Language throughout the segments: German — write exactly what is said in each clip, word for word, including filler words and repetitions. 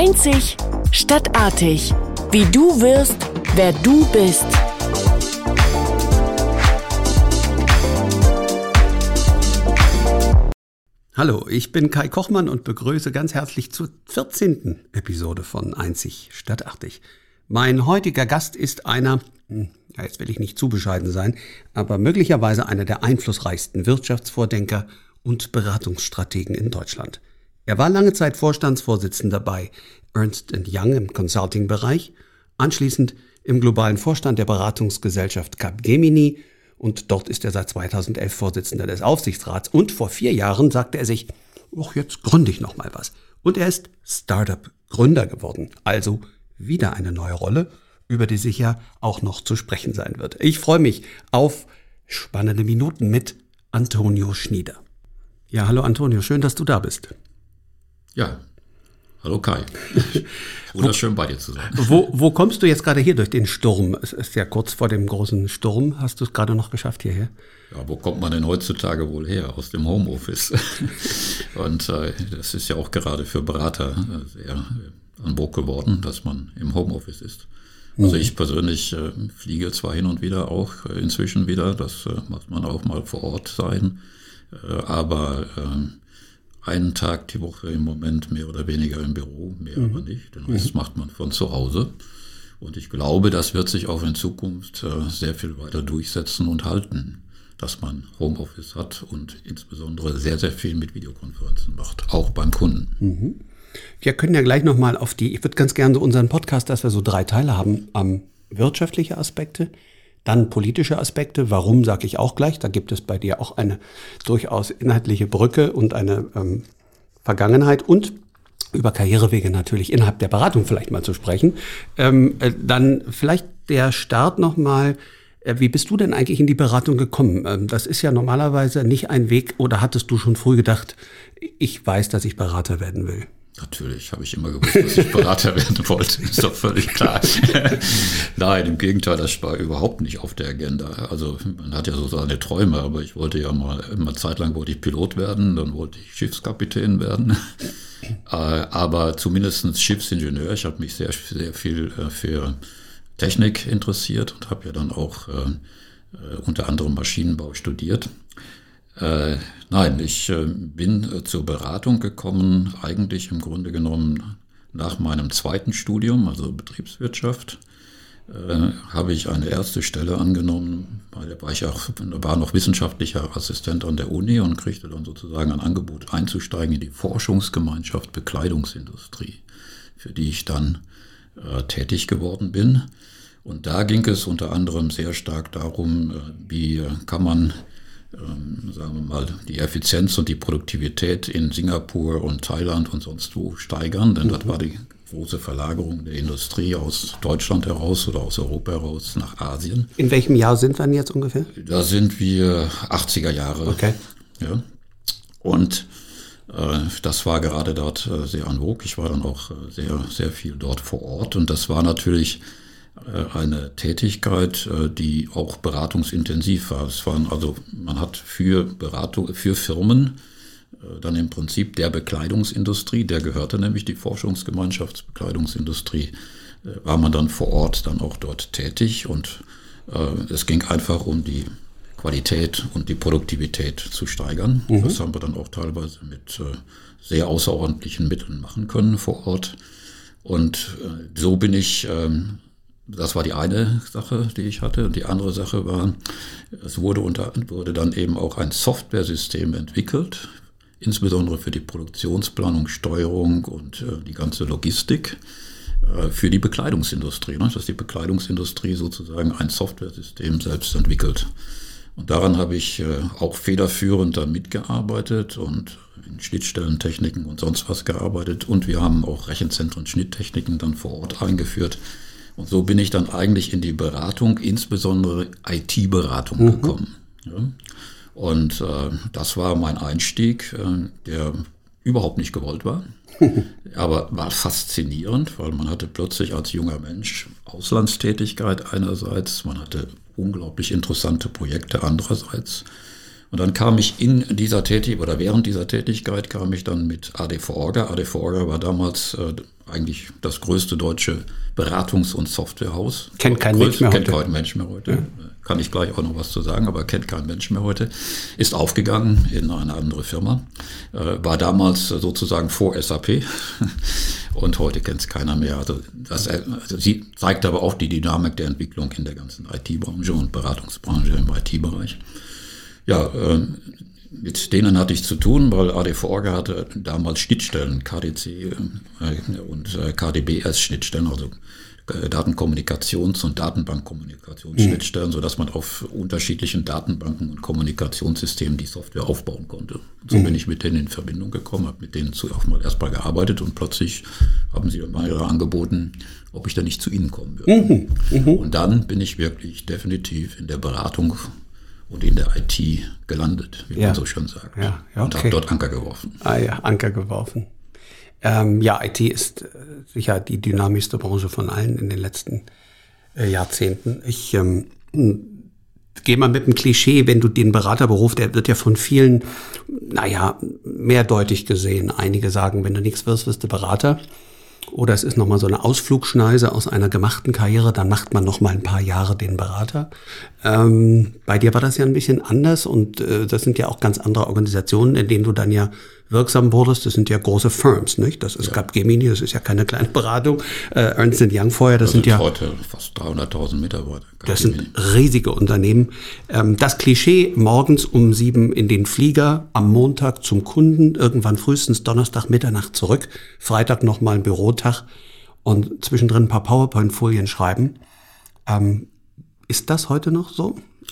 Einzig statt artig. Wie du wirst, wer du bist. Hallo, ich bin Kai Kochmann und begrüße ganz herzlich zur vierzehnten Episode von Einzig statt artig. Mein heutiger Gast ist einer, ja, jetzt will ich nicht zu bescheiden sein, aber möglicherweise einer der einflussreichsten Wirtschaftsvordenker und Beratungsstrategen in Deutschland. Er war lange Zeit Vorstandsvorsitzender bei Ernst and Young im Consulting-Bereich, anschließend im globalen Vorstand der Beratungsgesellschaft Capgemini und dort ist er seit zweitausendelf Vorsitzender des Aufsichtsrats und vor vier Jahren sagte er sich, ach, jetzt gründe ich noch mal was. Und er ist Startup-Gründer geworden, also wieder eine neue Rolle, über die sicher auch noch zu sprechen sein wird. Ich freue mich auf spannende Minuten mit Antonio Schnieder. Ja, hallo Antonio, schön, dass du da bist. Ja, hallo Kai. Wunderschön bei dir zu sein. Wo, wo kommst du jetzt gerade hier durch den Sturm? Es ist ja kurz vor dem großen Sturm. Hast du es gerade noch geschafft hierher? Ja, wo kommt man denn heutzutage wohl her? Aus dem Homeoffice. Und äh, das ist ja auch gerade für Berater äh, sehr an Burg geworden, dass man im Homeoffice ist. Also ich persönlich äh, fliege zwar hin und wieder auch äh, inzwischen wieder, das äh, muss man auch mal vor Ort sein, äh, aber äh, einen Tag die Woche im Moment mehr oder weniger im Büro, mehr mhm. aber nicht. Den Rest mhm. macht man von zu Hause. Und ich glaube, das wird sich auch in Zukunft äh, sehr viel weiter durchsetzen und halten, dass man Homeoffice hat und insbesondere sehr, sehr viel mit Videokonferenzen macht, auch beim Kunden. Mhm. Wir können ja gleich nochmal auf die, ich würde ganz gerne so unseren Podcast, dass wir so drei Teile haben, ähm, wirtschaftliche Aspekte, dann politische Aspekte, warum sage ich auch gleich, da gibt es bei dir auch eine durchaus inhaltliche Brücke und eine ähm, Vergangenheit und über Karrierewege natürlich innerhalb der Beratung vielleicht mal zu sprechen. Ähm, äh, dann vielleicht der Start nochmal, äh, wie bist du denn eigentlich in die Beratung gekommen? Ähm, das ist ja normalerweise nicht ein Weg, oder hattest du schon früh gedacht, ich weiß, dass ich Berater werden will? Natürlich habe ich immer gewusst, dass ich Berater werden wollte, ist doch völlig klar. Nein, im Gegenteil, das war überhaupt nicht auf der Agenda. Also man hat ja so seine Träume, aber ich wollte ja mal, immer zeitlang wollte ich Pilot werden, dann wollte ich Schiffskapitän werden, aber zumindest Schiffsingenieur. Ich habe mich sehr, sehr viel für Technik interessiert und habe ja dann auch äh, unter anderem Maschinenbau studiert. Äh, nein, ich äh, bin äh, zur Beratung gekommen, eigentlich im Grunde genommen nach meinem zweiten Studium, also Betriebswirtschaft, äh, habe ich eine erste Stelle angenommen, weil da war ich auch, war noch wissenschaftlicher Assistent an der Uni und kriegte dann sozusagen ein Angebot einzusteigen in die Forschungsgemeinschaft Bekleidungsindustrie, für die ich dann äh, tätig geworden bin. Und da ging es unter anderem sehr stark darum, äh, wie kann man Ähm, sagen wir mal, die Effizienz und die Produktivität in Singapur und Thailand und sonst wo steigern, denn mhm. das war die große Verlagerung der Industrie aus Deutschland heraus oder aus Europa heraus nach Asien. In welchem Jahr sind wir denn jetzt ungefähr? Da sind wir achtziger Jahre. Okay. Ja. Und äh, das war gerade dort äh, sehr en vogue. Ich war dann auch äh, sehr, sehr viel dort vor Ort und das war natürlich eine Tätigkeit, die auch beratungsintensiv war. Es waren also, man hat für Beratung, für Firmen dann im Prinzip der Bekleidungsindustrie, der gehörte nämlich die Forschungsgemeinschaftsbekleidungsindustrie, war man dann vor Ort dann auch dort tätig und äh, es ging einfach um die Qualität und die Produktivität zu steigern. Mhm. Das haben wir dann auch teilweise mit äh, sehr außerordentlichen Mitteln machen können vor Ort. Und äh, so bin ich ähm, Das war die eine Sache, die ich hatte. Und die andere Sache war, es wurde, unter, wurde dann eben auch ein Softwaresystem entwickelt, insbesondere für die Produktionsplanung, Steuerung und äh, die ganze Logistik äh, für die Bekleidungsindustrie. Ne? Dass die Bekleidungsindustrie sozusagen ein Softwaresystem selbst entwickelt. Und daran habe ich äh, auch federführend dann mitgearbeitet und in Schnittstellentechniken und sonst was gearbeitet. Und wir haben auch Rechenzentren, Schnitttechniken dann vor Ort eingeführt. Und so bin ich dann eigentlich in die Beratung, insbesondere I T-Beratung mhm. gekommen. Ja. Und äh, das war mein Einstieg, äh, der überhaupt nicht gewollt war, aber war faszinierend, weil man hatte plötzlich als junger Mensch Auslandstätigkeit einerseits, man hatte unglaublich interessante Projekte andererseits. Und dann kam ich in dieser Tätigkeit, oder während dieser Tätigkeit kam ich dann mit A D V Orga. A D V Orga war damals äh, eigentlich das größte deutsche Beratungs- und Softwarehaus. Kennt kein Mensch mehr heute. Kennt kein Mensch mehr heute. Ja. Kann ich gleich auch noch was zu sagen, aber kennt kein Mensch mehr heute. Ist aufgegangen in eine andere Firma. Äh, war damals sozusagen vor S A P. Und heute kennt es keiner mehr. Also das also sie zeigt aber auch die Dynamik der Entwicklung in der ganzen I T-Branche und Beratungsbranche im I T-Bereich. Ja, äh, mit denen hatte ich zu tun, weil A D V Orga hatte damals Schnittstellen, K D C äh, und äh, K D B S-Schnittstellen, also äh, Datenkommunikations- und Datenbankkommunikationsschnittstellen, mhm. sodass man auf unterschiedlichen Datenbanken und Kommunikationssystemen die Software aufbauen konnte. Und so mhm. bin ich mit denen in Verbindung gekommen, habe mit denen zu, auch mal erstmal gearbeitet und plötzlich haben sie mir angeboten, ob ich da nicht zu ihnen kommen würde. Mhm. Mhm. Und dann bin ich wirklich definitiv in der Beratung und in der I T gelandet, wie ja. man so schön sagt. Ja, ja, okay. Und habe dort Anker geworfen. Ah ja, Anker geworfen. Ähm, ja, I T ist äh, sicher die dynamischste Branche von allen in den letzten äh, Jahrzehnten. Ich ähm, gehe mal mit dem Klischee, wenn du den Beraterberuf, der wird ja von vielen, naja, mehrdeutig gesehen. Einige sagen, wenn du nichts wirst, wirst du Berater. Oder es ist nochmal so eine Ausflugschneise aus einer gemachten Karriere, dann macht man nochmal ein paar Jahre den Berater. Ähm, bei dir war das ja ein bisschen anders und äh, das sind ja auch ganz andere Organisationen, in denen du dann ja wirksam wurdest. Das sind ja große Firms, nicht? Das ist ja. Capgemini, das ist ja keine kleine Beratung. Äh, Ernst and Young vorher, das, das sind, sind ja heute fast dreihunderttausend Mitarbeiter. Capgemini. Das sind riesige Unternehmen. Ähm, das Klischee, morgens um sieben in den Flieger, am Montag zum Kunden, irgendwann frühestens Donnerstag, Mitternacht zurück, Freitag nochmal ein Bürotag und zwischendrin ein paar PowerPoint-Folien schreiben. Ähm, ist das heute noch so?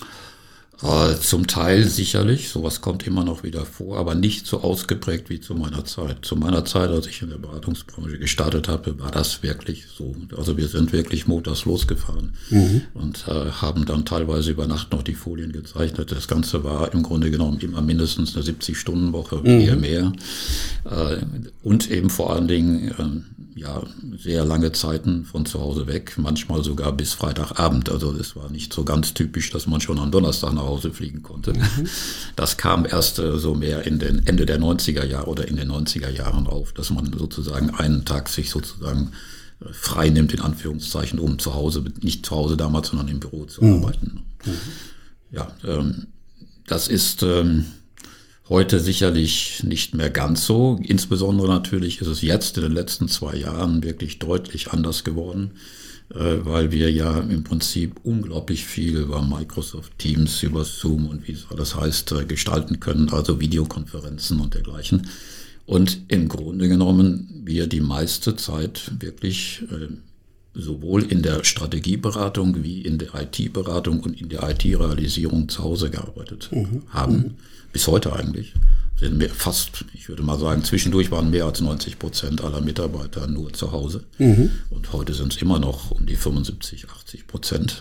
Äh, zum Teil sicherlich, sowas kommt immer noch wieder vor, aber nicht so ausgeprägt wie zu meiner Zeit. Zu meiner Zeit, als ich in der Beratungsbranche gestartet habe, war das wirklich so. Also wir sind wirklich montags losgefahren mhm. und äh, haben dann teilweise über Nacht noch die Folien gezeichnet. Das Ganze war im Grunde genommen immer mindestens eine siebzig-Stunden-Woche, mhm. eher mehr. Äh, und eben vor allen Dingen äh, ja sehr lange Zeiten von zu Hause weg, manchmal sogar bis Freitagabend. Also das war nicht so ganz typisch, dass man schon am Donnerstag nach Hause fliegen konnte. Mhm. Das kam erst äh, so mehr in den Ende der neunziger Jahre oder in den neunziger Jahren auf, dass man sozusagen einen Tag sich sozusagen äh, frei nimmt, in Anführungszeichen, um zu Hause, nicht zu Hause damals, sondern im Büro zu mhm. arbeiten. Mhm. Ja, ähm, das ist ähm, heute sicherlich nicht mehr ganz so. Insbesondere natürlich ist es jetzt in den letzten zwei Jahren wirklich deutlich anders geworden, weil wir ja im Prinzip unglaublich viel über Microsoft Teams, über Zoom und wie es alles heißt, gestalten können, also Videokonferenzen und dergleichen. Und im Grunde genommen wir die meiste Zeit wirklich sowohl in der Strategieberatung wie in der I T-Beratung und in der I T-Realisierung zu Hause gearbeitet mhm. haben. Mhm. Bis heute eigentlich. Sind wir fast, ich würde mal sagen, zwischendurch waren mehr als neunzig Prozent aller Mitarbeiter nur zu Hause. Mhm. Und heute sind es immer noch um die fünfundsiebzig, achtzig Prozent.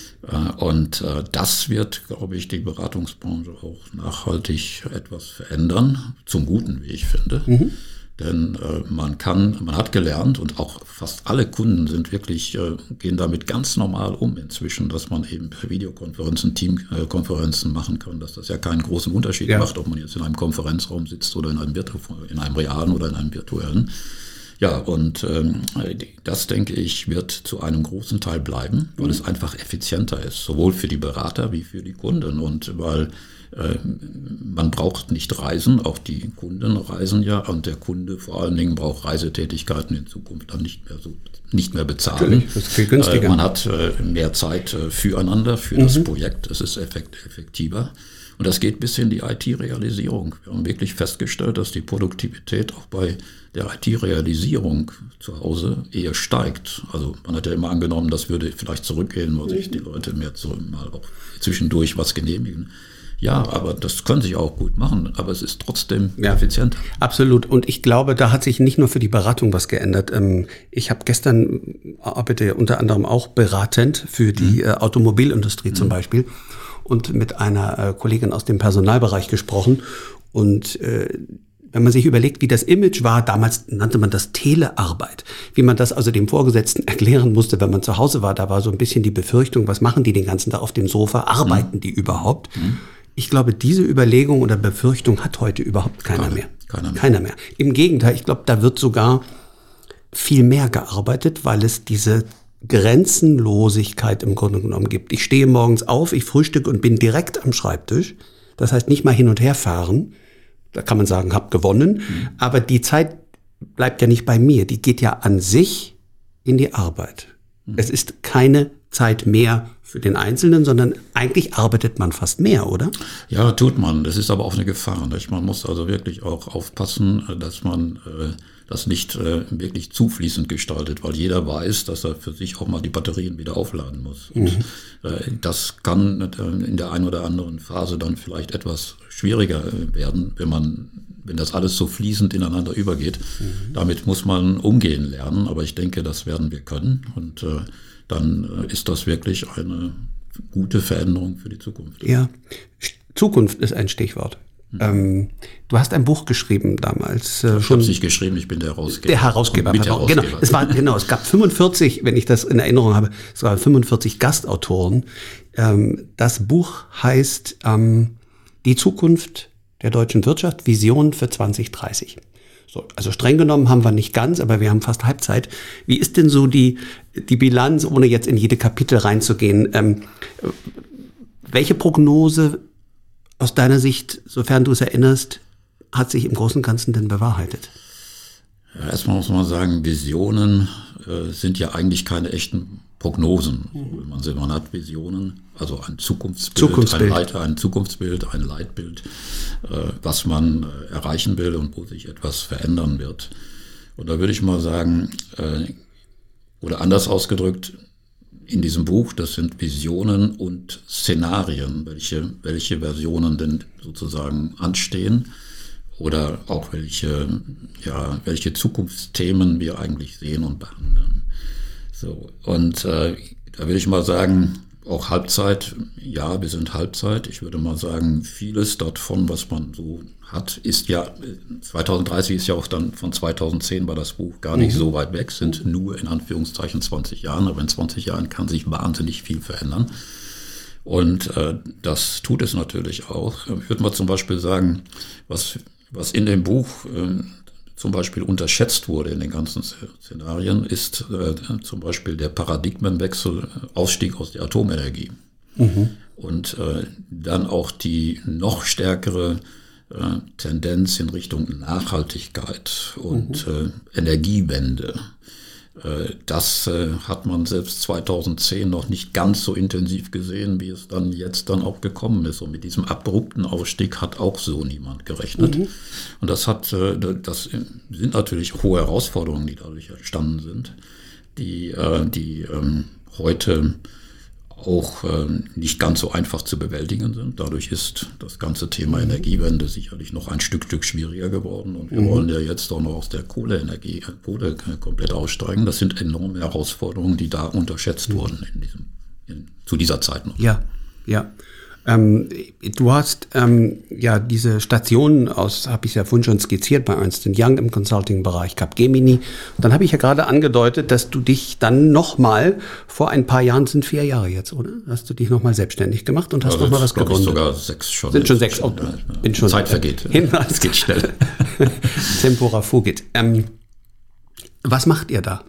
Und das wird, glaube ich, die Beratungsbranche auch nachhaltig etwas verändern. Zum Guten, wie ich finde. Mhm. Denn äh, man kann, man hat gelernt und auch fast alle Kunden sind wirklich, äh, gehen damit ganz normal um inzwischen, dass man eben per Videokonferenzen, Teamkonferenzen machen kann, dass das ja keinen großen Unterschied ja. macht, ob man jetzt in einem Konferenzraum sitzt oder in einem, Virtu- in einem realen oder in einem virtuellen. Ja, und ähm, das, denke ich, wird zu einem großen Teil bleiben, weil mhm. es einfach effizienter ist, sowohl für die Berater wie für die Kunden und weil man braucht nicht reisen, auch die Kunden reisen ja und der Kunde vor allen Dingen braucht Reisetätigkeiten in Zukunft dann nicht mehr so nicht mehr bezahlen. Natürlich, das ist viel günstiger. Man hat mehr Zeit füreinander, für mhm. das Projekt, es ist effektiver und das geht bis in die I T-Realisierung. Wir haben wirklich festgestellt, dass die Produktivität auch bei der I T-Realisierung zu Hause eher steigt. Also man hat ja immer angenommen, das würde vielleicht zurückgehen, weil sich die Leute mehr so mal auch zwischendurch was genehmigen. Ja, aber das können sie auch gut machen, aber es ist trotzdem ja, effizient. Absolut. Und ich glaube, da hat sich nicht nur für die Beratung was geändert. Ich habe gestern, arbeite unter anderem auch beratend für die mhm. Automobilindustrie mhm. zum Beispiel und mit einer Kollegin aus dem Personalbereich gesprochen. Und wenn man sich überlegt, wie das Image war, damals nannte man das Telearbeit, wie man das also dem Vorgesetzten erklären musste, wenn man zu Hause war, da war so ein bisschen die Befürchtung, was machen die den ganzen Tag auf dem Sofa, arbeiten mhm. die überhaupt? Mhm. Ich glaube, diese Überlegung oder Befürchtung hat heute überhaupt keiner Keine, mehr. Keiner mehr. Keiner mehr. Im Gegenteil, ich glaube, da wird sogar viel mehr gearbeitet, weil es diese Grenzenlosigkeit im Grunde genommen gibt. Ich stehe morgens auf, ich frühstücke und bin direkt am Schreibtisch. Das heißt, nicht mal hin und her fahren. Da kann man sagen, hab gewonnen. Mhm. Aber die Zeit bleibt ja nicht bei mir. Die geht ja an sich in die Arbeit. Mhm. Es ist keine Zeit mehr für den Einzelnen, sondern eigentlich arbeitet man fast mehr, oder? Ja, tut man. Das ist aber auch eine Gefahr. Nicht? Man muss also wirklich auch aufpassen, dass man äh, das nicht äh, wirklich zufließend gestaltet, weil jeder weiß, dass er für sich auch mal die Batterien wieder aufladen muss. Und mhm. äh, das kann äh, in der einen oder anderen Phase dann vielleicht etwas schwieriger werden, wenn man wenn das alles so fließend ineinander übergeht. Mhm. Damit muss man umgehen lernen, aber ich denke, das werden wir können. Und äh, dann ist das wirklich eine gute Veränderung für die Zukunft. Ja, Zukunft ist ein Stichwort. Mhm. Ähm, du hast ein Buch geschrieben damals. Äh, ich habe es nicht geschrieben, ich bin der Herausgeber. Der Herausgeber. Mit Herausgeber. Genau, es war, genau, es gab fünfundvierzig, wenn ich das in Erinnerung habe, es waren fünfundvierzig Gastautoren. Ähm, das Buch heißt ähm, Die Zukunft der deutschen Wirtschaft, Vision für zwanzig dreißig. So, also streng genommen haben wir nicht ganz, aber wir haben fast Halbzeit. Wie ist denn so die, die Bilanz, ohne jetzt in jede Kapitel reinzugehen? Ähm, welche Prognose aus deiner Sicht, sofern du es erinnerst, hat sich im Großen und Ganzen denn bewahrheitet? Ja, erstmal muss man sagen, Visionen äh, sind ja eigentlich keine echten Prognosen. Mhm. Man, man hat Visionen, also ein Zukunftsbild, Zukunftsbild. ein, Leit, ein Zukunftsbild, ein Leitbild, äh, was man äh, erreichen will und wo sich etwas verändern wird. Und da würde ich mal sagen, äh, oder anders ausgedrückt, in diesem Buch, das sind Visionen und Szenarien, welche, welche Versionen denn sozusagen anstehen oder auch welche, ja, welche Zukunftsthemen wir eigentlich sehen und behandeln. So, und äh, da will ich mal sagen, auch Halbzeit, ja, wir sind Halbzeit. Ich würde mal sagen, vieles davon, was man so hat, ist ja, zwanzig dreißig ist ja auch dann von zweitausendzehn war das Buch gar nicht mhm. so weit weg, sind nur in Anführungszeichen zwanzig Jahren, aber in zwanzig Jahren kann sich wahnsinnig viel verändern. Und äh, das tut es natürlich auch. Ich würde mal zum Beispiel sagen, was, was in dem Buch äh, zum Beispiel unterschätzt wurde in den ganzen Szenarien, ist äh, zum Beispiel der Paradigmenwechsel, Ausstieg aus der Atomenergie. Mhm. Und äh, dann auch die noch stärkere äh, Tendenz in Richtung Nachhaltigkeit und mhm. äh, Energiewende. Äh, das äh, hat man selbst zweitausendzehn noch nicht ganz so intensiv gesehen, wie es dann jetzt dann auch gekommen ist. Und mit diesem abrupten Ausstieg hat auch so niemand gerechnet. Mhm. Und das hat, äh, das sind natürlich hohe Herausforderungen, die dadurch entstanden sind, die, äh, die ähm, heute auch äh, nicht ganz so einfach zu bewältigen sind. Dadurch ist das ganze Thema Energiewende sicherlich noch ein Stück, Stück schwieriger geworden. Und wir mhm. wollen ja jetzt auch noch aus der Kohleenergie, Kohle komplett aussteigen. Das sind enorme Herausforderungen, die da unterschätzt mhm. wurden in diesem, in, zu dieser Zeit noch. Ja, ja. Ähm, du hast ähm, ja diese Stationen aus, habe ich ja vorhin schon skizziert, bei Ernst and Young im Consulting-Bereich, Capgemini. Und dann habe ich ja gerade angedeutet, dass du dich dann nochmal, vor ein paar Jahren, sind vier Jahre jetzt, oder? Hast du dich nochmal selbstständig gemacht und hast also nochmal was gegründet? Sogar sechs schon. Sind schon sechs. Oh, bin schon, Zeit vergeht. Hin, es geht schnell. Tempora fugit. Ähm, was macht ihr da?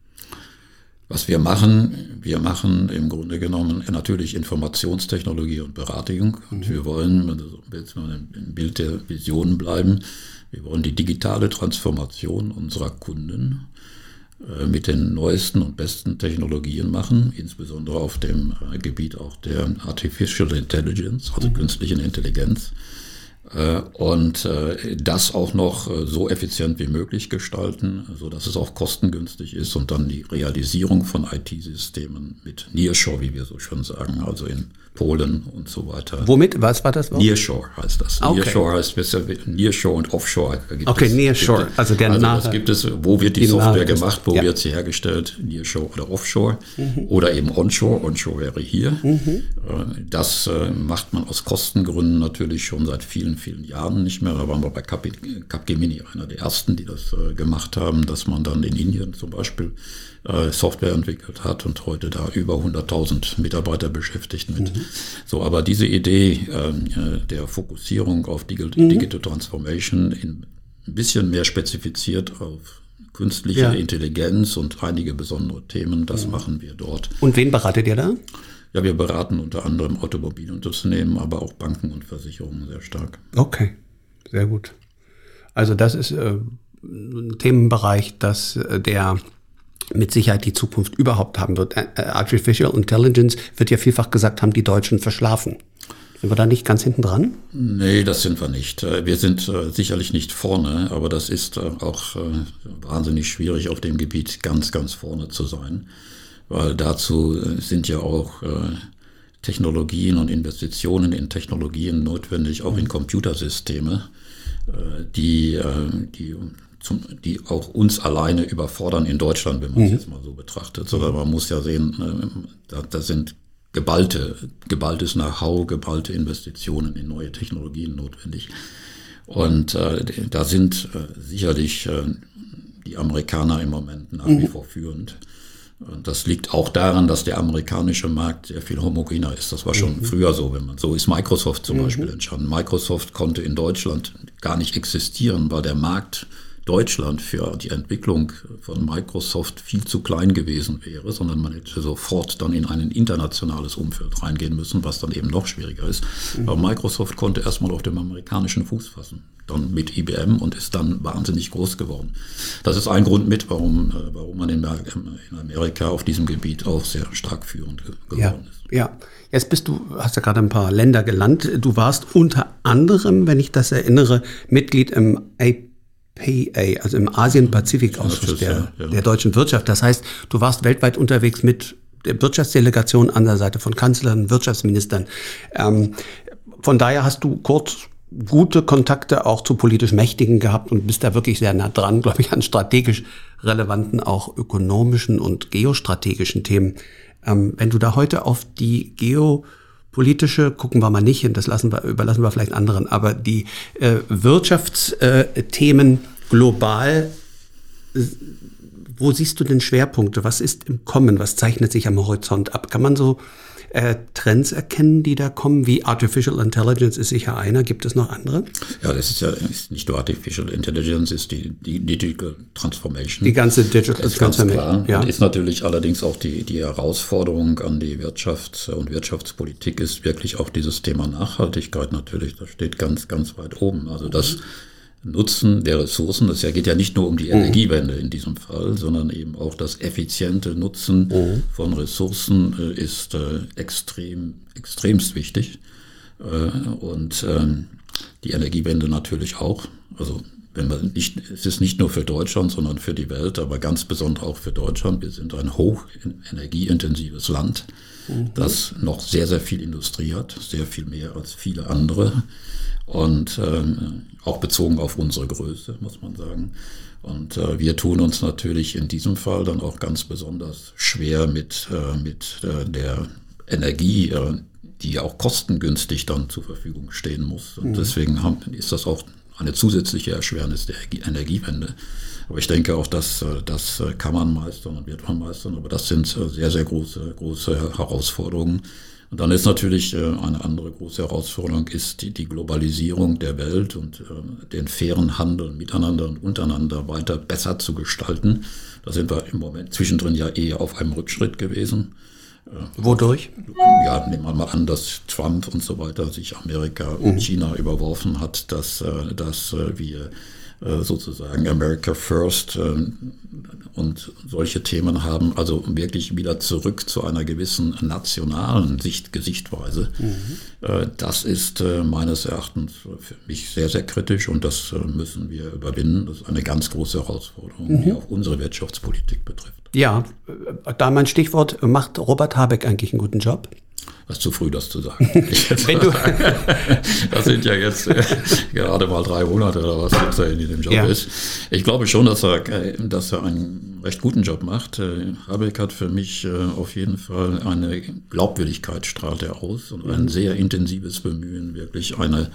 Was wir machen, wir machen im Grunde genommen natürlich Informationstechnologie und Beratung. Und wir wollen, wenn wir jetzt mal im Bild der Vision bleiben, wir wollen die digitale Transformation unserer Kunden äh, mit den neuesten und besten Technologien machen, insbesondere auf dem äh, Gebiet auch der Artificial Intelligence, also mhm. künstlichen Intelligenz. Und das auch noch so effizient wie möglich gestalten, so dass es auch kostengünstig ist und dann die Realisierung von I T-Systemen mit Nearshore, wie wir so schon sagen, also in Polen und so weiter. Womit? Was war das Wort? Nearshore heißt das. Okay. Nearshore heißt Nearshore und Offshore. Gibt okay, es, Nearshore. Gibt, also gerne also das gibt es, wo wird die Software gemacht, wo ja. wird sie hergestellt, Nearshore oder Offshore mhm. oder eben Onshore. Onshore wäre hier. Mhm. Das macht man aus Kostengründen natürlich schon seit vielen vielen, vielen Jahren nicht mehr. Da waren wir bei Cap, Capgemini einer der ersten, die das äh, gemacht haben, dass man dann in Indien zum Beispiel äh, Software entwickelt hat und heute da über hunderttausend Mitarbeiter beschäftigt mit. Mhm. So, aber diese Idee äh, der Fokussierung auf Digital, mhm. Digital Transformation in ein bisschen mehr spezifiziert auf künstliche ja. Intelligenz und einige besondere Themen, das mhm. machen wir dort. Und wen beratet ihr da? Ja, wir beraten unter anderem Automobilunternehmen, aber auch Banken und Versicherungen sehr stark. Okay, sehr gut. Also das ist äh, ein Themenbereich, dass äh, der mit Sicherheit die Zukunft überhaupt haben wird. Äh, Artificial Intelligence wird ja vielfach gesagt, haben die Deutschen verschlafen. Sind wir da nicht ganz hinten dran? Nee, das sind wir nicht. Wir sind äh, sicherlich nicht vorne, aber das ist äh, auch äh, wahnsinnig schwierig, auf dem Gebiet ganz, ganz vorne zu sein. Weil dazu sind ja auch äh, Technologien und Investitionen in Technologien notwendig, auch in Computersysteme, äh, die, äh, die, zum, die auch uns alleine überfordern in Deutschland, wenn man es mhm. jetzt mal so betrachtet. Sondern man muss ja sehen, äh, da, da sind geballte, geballtes Know-how, geballte Investitionen in neue Technologien notwendig. Und äh, da sind äh, sicherlich äh, die Amerikaner im Moment nach mhm. wie vor führend. Und das liegt auch daran, dass der amerikanische Markt sehr viel homogener ist. Das war schon mhm. früher so, wenn man so ist. Microsoft zum mhm. Beispiel entstanden. Microsoft konnte in Deutschland gar nicht existieren, weil der Markt Deutschland für die Entwicklung von Microsoft viel zu klein gewesen wäre, sondern man hätte sofort dann in ein internationales Umfeld reingehen müssen, was dann eben noch schwieriger ist. Mhm. Aber Microsoft konnte erstmal auf dem amerikanischen Fuß fassen, dann mit I B M und ist dann wahnsinnig groß geworden. Das ist ein Grund mit, warum, warum man in Amerika auf diesem Gebiet auch sehr stark führend geworden ja, ist. Ja, jetzt bist du, hast ja gerade ein paar Länder genannt. Du warst unter anderem, wenn ich das erinnere, Mitglied im A P A, also im Asien-Pazifik-Ausschuss der, ja. der deutschen Wirtschaft. Das heißt, du warst weltweit unterwegs mit der Wirtschaftsdelegation an der Seite von Kanzlern, Wirtschaftsministern. Ähm, von daher hast du kurz gute Kontakte auch zu politisch Mächtigen gehabt und bist da wirklich sehr nah dran, glaube ich, an strategisch relevanten, auch ökonomischen und geostrategischen Themen. Ähm, wenn du da heute auf die Geo politische, gucken wir mal nicht hin, das lassen wir, überlassen wir vielleicht anderen, aber die äh, Wirtschaftsthemen äh, global, äh, wo siehst du denn Schwerpunkte? Was ist im Kommen? Was zeichnet sich am Horizont ab? Kann man so äh, Trends erkennen, die da kommen? Wie Artificial Intelligence ist sicher einer. Gibt es noch andere? Ja, das ist ja ist nicht nur Artificial Intelligence, ist die, die Digital Transformation. Die ganze Digital Transformation. Ja. Und ist natürlich allerdings auch die, die Herausforderung an die Wirtschafts- und Wirtschaftspolitik ist wirklich auch dieses Thema Nachhaltigkeit natürlich. Das steht ganz, ganz weit oben. Also das Nutzen der Ressourcen, das geht ja nicht nur um die Energiewende in diesem Fall, sondern eben auch das effiziente Nutzen mhm. von Ressourcen äh, ist äh, extrem, extremst wichtig. Äh, und ähm, die Energiewende natürlich auch. Also wenn man nicht, es ist nicht nur für Deutschland, sondern für die Welt, aber ganz besonders auch für Deutschland. Wir sind ein hoch energieintensives Land, mhm. das noch sehr, sehr viel Industrie hat, sehr viel mehr als viele andere. Und ähm, auch bezogen auf unsere Größe, muss man sagen. Und äh, wir tun uns natürlich in diesem Fall dann auch ganz besonders schwer mit, äh, mit äh, der Energie, äh, die ja auch kostengünstig dann zur Verfügung stehen muss. Und mhm. deswegen haben, ist das auch eine zusätzliche Erschwernis der Energiewende. Aber ich denke auch, dass das kann man meistern und wird man meistern. Aber das sind sehr, sehr große, große Herausforderungen. Und dann ist natürlich eine andere große Herausforderung, ist die, die Globalisierung der Welt und äh, den fairen Handel miteinander und untereinander weiter besser zu gestalten. Da sind wir im Moment zwischendrin ja eher auf einem Rückschritt gewesen. Wodurch? Ja, nehmen wir mal an, dass Trump und so weiter sich Amerika und mhm. China überworfen hat, dass, dass wir sozusagen America First und solche Themen haben, also wirklich wieder zurück zu einer gewissen nationalen Sicht, Sichtweise. Mhm. Das ist meines Erachtens für mich sehr, sehr kritisch und das müssen wir überwinden. Das ist eine ganz große Herausforderung, mhm. die auch unsere Wirtschaftspolitik betrifft. Ja, da mein Stichwort, macht Robert Habeck eigentlich einen guten Job? Das ist zu früh, das zu sagen. Wenn du das sind ja jetzt äh, gerade mal drei Monate oder was jetzt er in dem Job ja. ist. Ich glaube schon, dass er, dass er einen recht guten Job macht. Äh, Habeck hat für mich äh, auf jeden Fall eine Glaubwürdigkeit, strahlt er aus und ein sehr intensives Bemühen, wirklich eine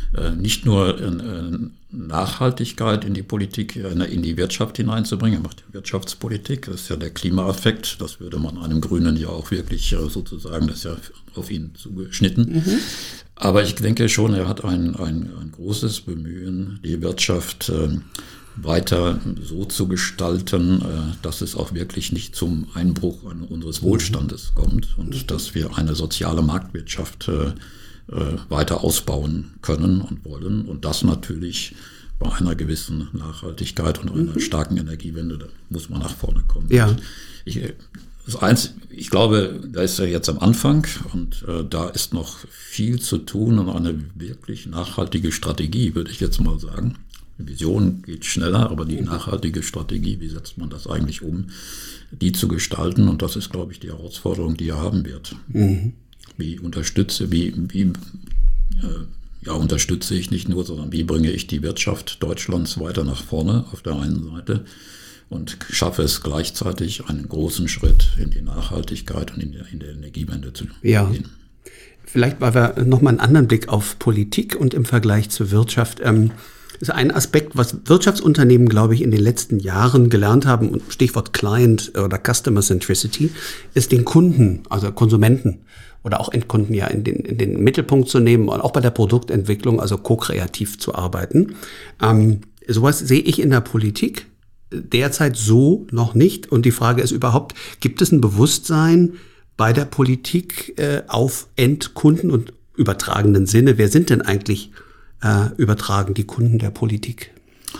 nicht nur Nachhaltigkeit in die Politik, in die Wirtschaft hineinzubringen, er macht Wirtschaftspolitik, das ist ja der Klimaeffekt, das würde man einem Grünen ja auch wirklich sozusagen, das ist ja auf ihn zugeschnitten. Mhm. Aber ich denke schon, er hat ein, ein, ein großes Bemühen, die Wirtschaft weiter so zu gestalten, dass es auch wirklich nicht zum Einbruch unseres Wohlstandes kommt und dass wir eine soziale Marktwirtschaft weiter ausbauen können und wollen. Und das natürlich bei einer gewissen Nachhaltigkeit und einer starken Energiewende, da muss man nach vorne kommen. Ja. Ich, das eins, ich glaube, da ist er jetzt am Anfang und äh, da ist noch viel zu tun und eine wirklich nachhaltige Strategie, würde ich jetzt mal sagen. Die Vision geht schneller, aber die nachhaltige Strategie, wie setzt man das eigentlich um, die zu gestalten? Und das ist, glaube ich, die Herausforderung, die er haben wird. Mhm. Wie unterstütze, wie, wie äh, ja, unterstütze ich nicht nur, sondern wie bringe ich die Wirtschaft Deutschlands weiter nach vorne auf der einen Seite und schaffe es gleichzeitig, einen großen Schritt in die Nachhaltigkeit und in der, in der Energiewende zu ja. gehen. Vielleicht, weil wir nochmal einen anderen Blick auf Politik und im Vergleich zur Wirtschaft. Ähm, ist ein Aspekt, was Wirtschaftsunternehmen, glaube ich, in den letzten Jahren gelernt haben, und Stichwort Client oder Customer Centricity, ist den Kunden, also Konsumenten oder auch Endkunden ja in den, in den Mittelpunkt zu nehmen und auch bei der Produktentwicklung, also ko-kreativ zu arbeiten. Ähm, sowas sehe ich in der Politik derzeit so noch nicht. Und die Frage ist überhaupt, gibt es ein Bewusstsein bei der Politik äh, auf Endkunden und übertragenen Sinne? Wer sind denn eigentlich äh, übertragen die Kunden der Politik?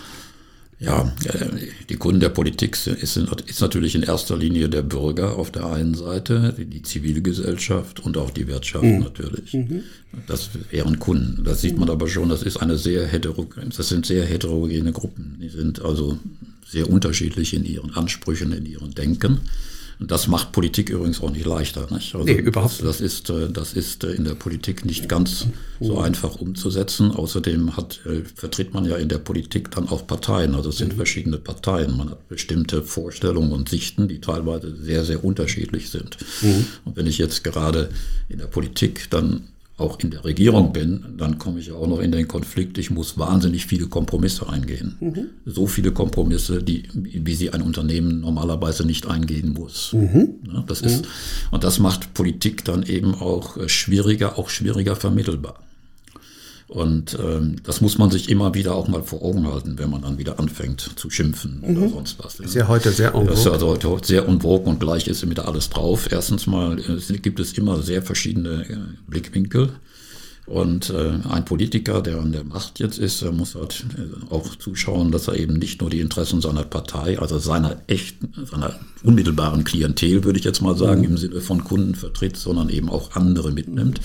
Ja, die Kunden der Politik ist, ist natürlich in erster Linie der Bürger auf der einen Seite, die Zivilgesellschaft und auch die Wirtschaft mhm. natürlich. Mhm. Das wären Kunden. Das sieht man aber schon, das ist eine sehr heterogene, das sind sehr heterogene Gruppen. Die sind also sehr unterschiedlich in ihren Ansprüchen, in ihrem Denken. Und das macht Politik übrigens auch nicht leichter. Nicht? Also nee, überhaupt nicht. Das, das, ist, das ist in der Politik nicht ganz so einfach umzusetzen. Außerdem hat, vertritt man ja in der Politik dann auch Parteien. Also es sind mhm. verschiedene Parteien. Man hat bestimmte Vorstellungen und Sichten, die teilweise sehr, sehr unterschiedlich sind. Mhm. Und wenn ich jetzt gerade in der Politik dann auch in der Regierung bin, dann komme ich auch noch in den Konflikt, ich muss wahnsinnig viele Kompromisse eingehen. Mhm. So viele Kompromisse, die, wie sie ein Unternehmen normalerweise nicht eingehen muss. Mhm. Ja, das ist, mhm. Und das macht Politik dann eben auch schwieriger, auch schwieriger vermittelbar. Und ähm, das muss man sich immer wieder auch mal vor Augen halten, wenn man dann wieder anfängt zu schimpfen mhm. oder sonst was. Ist ja heute sehr en vogue. Das ist also heute sehr en vogue und gleich ist wieder alles drauf. Erstens mal es gibt es immer sehr verschiedene äh, Blickwinkel. Und äh, ein Politiker, der an der Macht jetzt ist, der muss halt äh, auch zuschauen, dass er eben nicht nur die Interessen seiner Partei, also seiner echten, seiner unmittelbaren Klientel, würde ich jetzt mal sagen, mhm. im Sinne von Kunden vertritt, sondern eben auch andere mitnimmt.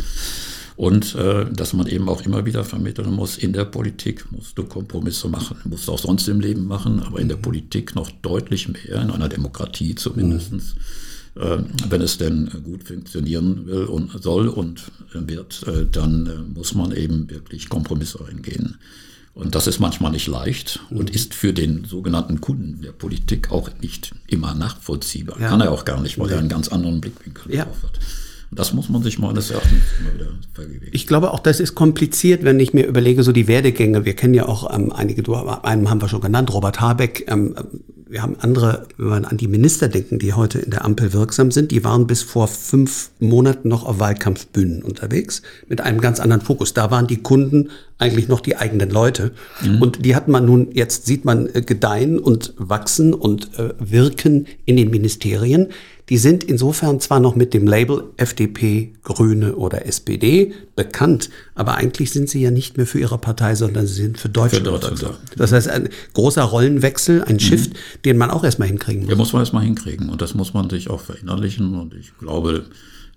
Und äh, dass man eben auch immer wieder vermitteln muss, in der Politik musst du Kompromisse machen. Musst du auch sonst im Leben machen, aber in der Politik noch deutlich mehr, in einer Demokratie zumindest, mhm. äh, wenn es denn gut funktionieren will und soll und wird, äh, dann äh, muss man eben wirklich Kompromisse eingehen. Und das ist manchmal nicht leicht mhm. und ist für den sogenannten Kunden der Politik auch nicht immer nachvollziehbar. Ja. Kann er auch gar nicht, weil ja. er einen ganz anderen Blickwinkel ja. drauf hat. Das muss man sich meines Erachtens immer wieder vergewissern. Ich glaube auch, das ist kompliziert, wenn ich mir überlege, so die Werdegänge. Wir kennen ja auch ähm, einige, du, einen haben wir schon genannt, Robert Habeck. Ähm, wir haben andere, wenn wir an die Minister denken, die heute in der Ampel wirksam sind, die waren bis vor fünf Monaten noch auf Wahlkampfbühnen unterwegs mit einem ganz anderen Fokus. Da waren die Kunden eigentlich noch die eigenen Leute. Mhm. Und die hat man nun, jetzt sieht man äh, gedeihen und wachsen und äh, wirken in den Ministerien. Die sind insofern zwar noch mit dem Label F D P, Grüne oder S P D bekannt, aber eigentlich sind sie ja nicht mehr für ihre Partei, sondern sie sind für Deutschland. Für Deutschland ja. Das heißt, ein großer Rollenwechsel, ein Shift, mhm. den man auch erstmal hinkriegen muss. Ja, muss man erstmal hinkriegen und das muss man sich auch verinnerlichen und ich glaube,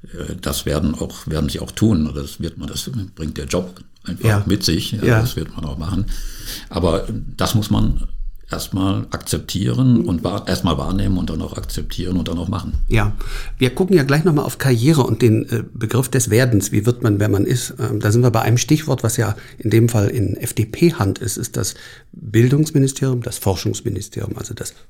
das werden auch, werden sie auch tun. Das wird man, das bringt der Job einfach ja. mit sich. Ja, ja. Das wird man auch machen. Aber das muss man erstmal akzeptieren und wahr, erstmal wahrnehmen und dann auch akzeptieren und dann auch machen. Ja, wir gucken ja gleich nochmal auf Karriere und den äh, Begriff des Werdens. Wie wird man, wer man ist? Ähm, da sind wir bei einem Stichwort, was ja in dem Fall in F D P-Hand ist, ist das Bildungsministerium, das Forschungsministerium, also das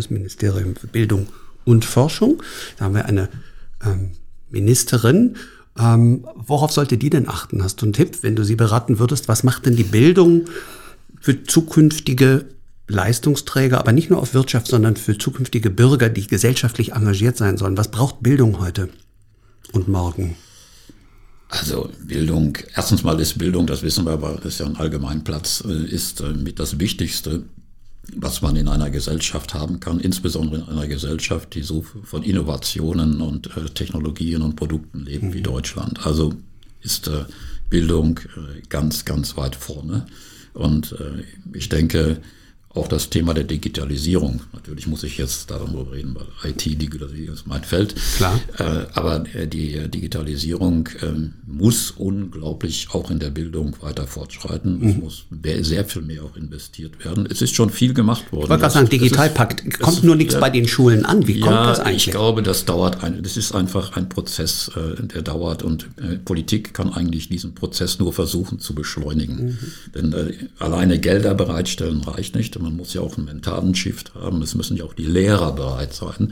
Bundesministerium für Bildung und Forschung. Da haben wir eine ähm, Ministerin Ähm, worauf sollte die denn achten? Hast du einen Tipp, wenn du sie beraten würdest? Was macht denn die Bildung für zukünftige Leistungsträger, aber nicht nur auf Wirtschaft, sondern für zukünftige Bürger, die gesellschaftlich engagiert sein sollen? Was braucht Bildung heute und morgen? Also Bildung, erstens mal ist Bildung, das wissen wir, aber das ist ja ein Allgemeinplatz, ist mit das Wichtigste, was man in einer Gesellschaft haben kann, insbesondere in einer Gesellschaft, die so von Innovationen und äh, Technologien und Produkten lebt mhm. wie Deutschland. Also ist äh, Bildung äh, ganz, ganz weit vorne. Und äh, ich denke, auch das Thema der Digitalisierung, natürlich muss ich jetzt darüber reden, weil I T, Digitalisierung ist mein Feld. Klar. Äh, aber die Digitalisierung äh, muss unglaublich auch in der Bildung weiter fortschreiten. Mhm. Es muss sehr viel mehr auch investiert werden. Es ist schon viel gemacht worden. Ich wollte gerade sagen, Digitalpakt, ist, kommt nur nichts ja, bei den Schulen an. Wie kommt ja, das eigentlich? Ich glaube, das dauert ein, das ist einfach ein Prozess, äh, der dauert und äh, Politik kann eigentlich diesen Prozess nur versuchen zu beschleunigen. Mhm. Denn äh, alleine Gelder bereitstellen reicht nicht. Man muss ja auch einen mentalen Shift haben. Es müssen ja auch die Lehrer bereit sein,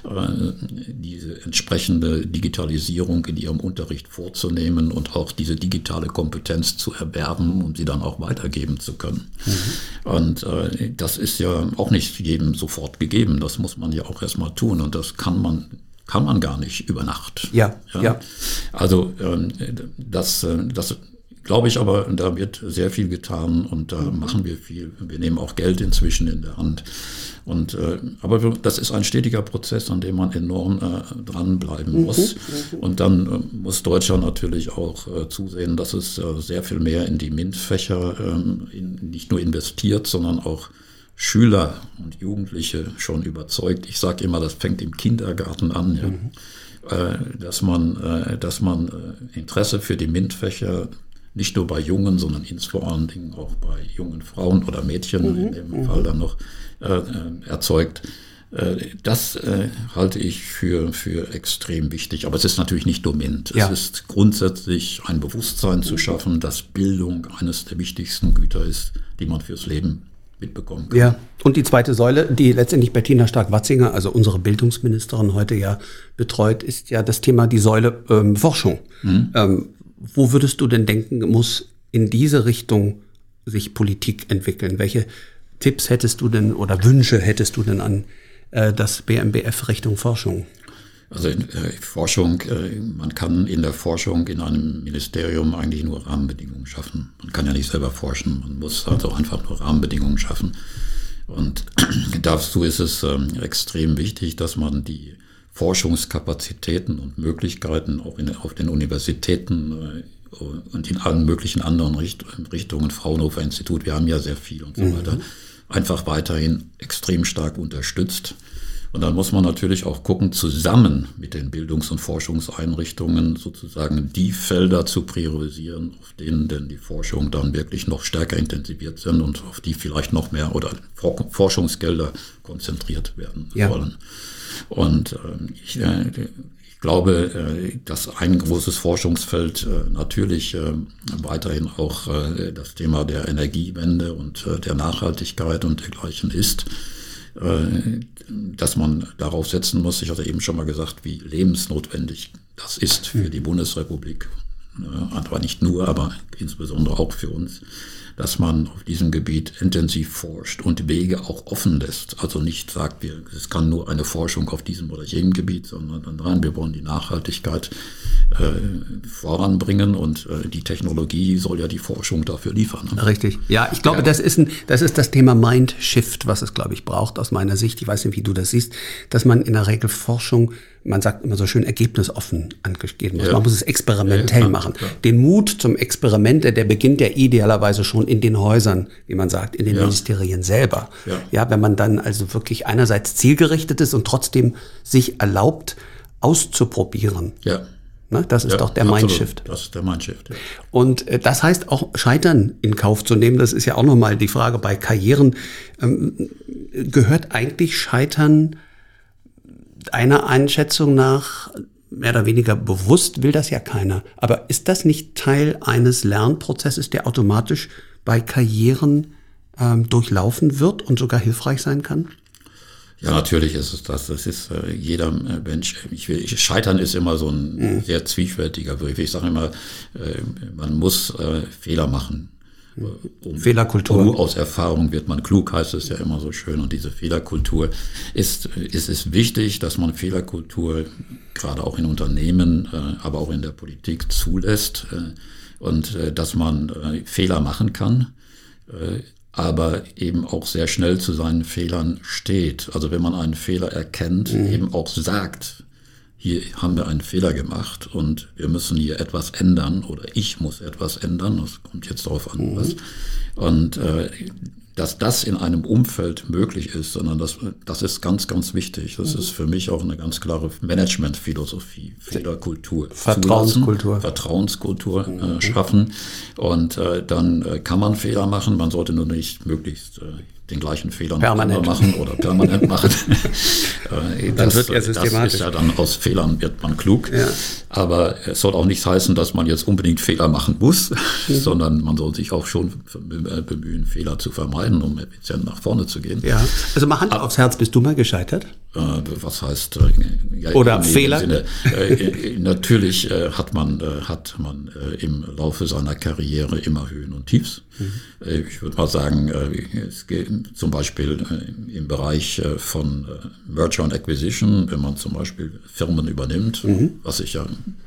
diese entsprechende Digitalisierung in ihrem Unterricht vorzunehmen und auch diese digitale Kompetenz zu erwerben, um sie dann auch weitergeben zu können. Mhm. Und äh, das ist ja auch nicht jedem sofort gegeben. Das muss man ja auch erstmal tun und das kann man kann man gar nicht über Nacht. Ja, ja. ja. Also ähm, das, das glaube ich aber, da wird sehr viel getan und da machen wir viel. Wir nehmen auch Geld inzwischen in der Hand. Und, äh, aber das ist ein stetiger Prozess, an dem man enorm äh, dranbleiben muss. Mhm, und dann äh, muss Deutschland natürlich auch äh, zusehen, dass es äh, sehr viel mehr in die MINT-Fächer äh, in, nicht nur investiert, sondern auch Schüler und Jugendliche schon überzeugt. Ich sage immer, das fängt im Kindergarten an, ja. Mhm. äh, dass man, äh, dass man äh, Interesse für die MINT-Fächer nicht nur bei Jungen, sondern vor allen Dingen auch bei jungen Frauen oder Mädchen mhm. in dem mhm. Fall dann noch äh, erzeugt. Äh, das äh, halte ich für, für extrem wichtig. Aber es ist natürlich nicht nur MINT. Ja. Es ist grundsätzlich ein Bewusstsein zu schaffen, dass Bildung eines der wichtigsten Güter ist, die man fürs Leben mitbekommen kann. Ja, und die zweite Säule, die letztendlich Bettina Stark-Watzinger, also unsere Bildungsministerin, heute ja betreut, ist ja das Thema die Säule ähm, Forschung. Mhm. Ähm, Wo würdest du denn denken, muss in diese Richtung sich Politik entwickeln? Welche Tipps hättest du denn oder Wünsche hättest du denn an äh, das B M B F Richtung Forschung? Also in äh, Forschung, äh, man kann in der Forschung in einem Ministerium eigentlich nur Rahmenbedingungen schaffen. Man kann ja nicht selber forschen, man muss also einfach nur Rahmenbedingungen schaffen. Und dazu ist es äh, extrem wichtig, dass man die Forschungskapazitäten und Möglichkeiten auch in, auf den Universitäten äh, und in allen möglichen anderen Richt, Richtungen, Fraunhofer Institut, wir haben ja sehr viel und so mhm. weiter, einfach weiterhin extrem stark unterstützt. Und dann muss man natürlich auch gucken, zusammen mit den Bildungs- und Forschungseinrichtungen sozusagen die Felder zu priorisieren, auf denen denn die Forschung dann wirklich noch stärker intensiviert sind und auf die vielleicht noch mehr oder Forschungsgelder konzentriert werden ja. sollen. Und äh, ich, äh, ich glaube, äh, dass ein großes Forschungsfeld äh, natürlich äh, weiterhin auch äh, das Thema der Energiewende und äh, der Nachhaltigkeit und dergleichen ist, äh, dass man darauf setzen muss. Ich hatte eben schon mal gesagt, wie lebensnotwendig das ist für die Bundesrepublik, äh, aber nicht nur, aber insbesondere auch für uns, dass man auf diesem Gebiet intensiv forscht und Wege auch offen lässt. Also nicht sagt, wir, es kann nur eine Forschung auf diesem oder jenem Gebiet, sondern dann rein, wir wollen die Nachhaltigkeit äh, voranbringen und äh, die Technologie soll ja die Forschung dafür liefern. Ne? Richtig. Ja, ich glaube, ja. das ist ein, das ist das Thema Mindshift, was es, glaube ich, braucht aus meiner Sicht. Ich weiß nicht, wie du das siehst, dass man in der Regel Forschung, man sagt immer so schön, ergebnisoffen angehen muss. Ja. Man muss es experimentell ja, ja, machen. Ja. Den Mut zum Experiment, der beginnt ja idealerweise schon in den Häusern, wie man sagt, in den ja. Ministerien selber. Ja. ja, wenn man dann also wirklich einerseits zielgerichtet ist und trotzdem sich erlaubt, auszuprobieren. Ja. Ne, das ist ja, doch der Mindshift. Das ist der Mindshift, ja. Und äh, das heißt auch Scheitern in Kauf zu nehmen. Das ist ja auch nochmal die Frage bei Karrieren. Ähm, gehört eigentlich Scheitern einer Einschätzung nach mehr oder weniger bewusst, will das ja keiner. Aber ist das nicht Teil eines Lernprozesses, der automatisch bei Karrieren ähm, durchlaufen wird und sogar hilfreich sein kann? Ja, natürlich ist es das. Das ist äh, jeder Mensch. Ich will, ich, Scheitern ist immer so ein mhm. sehr zwiespältiger Begriff. Ich sage immer, äh, man muss äh, Fehler machen. Um, Fehlerkultur. Nur aus Erfahrung wird man klug, heißt es ja immer so schön. Und diese Fehlerkultur ist, ist es wichtig, dass man Fehlerkultur gerade auch in Unternehmen, äh, aber auch in der Politik zulässt äh, und äh, dass man äh, Fehler machen kann, äh, aber eben auch sehr schnell zu seinen Fehlern steht. Also wenn man einen Fehler erkennt, mhm. eben auch sagt, hier haben wir einen Fehler gemacht und wir müssen hier etwas ändern oder ich muss etwas ändern, das kommt jetzt darauf an, was. Und äh, dass das in einem Umfeld möglich ist, sondern das, das ist ganz, ganz wichtig. Das ist für mich auch eine ganz klare Managementphilosophie, Fehlerkultur. Vertrauenskultur. Zulassen, Vertrauenskultur äh, schaffen und äh, dann äh, kann man Fehler machen, man sollte nur nicht möglichst äh, den gleichen Fehler permanent machen oder permanent machen. äh, das, wird ja systematisch. Das ist ja dann, aus Fehlern wird man klug. Ja. Aber es soll auch nicht heißen, dass man jetzt unbedingt Fehler machen muss, mhm. sondern man soll sich auch schon bemühen, Fehler zu vermeiden, um effizient nach vorne zu gehen. Ja. Also mal Hand Aber, aufs Herz, bist du mal gescheitert? Äh, was heißt äh, ja, oder Fehler? Sinne, äh, natürlich äh, hat man, äh, hat man äh, im Laufe seiner Karriere immer Höhen und Tiefs. Mhm. Äh, ich würde mal sagen, äh, es geht zum Beispiel äh, im Bereich äh, von äh, Merger and Acquisition, wenn man zum Beispiel Firmen übernimmt, mhm. was ich ja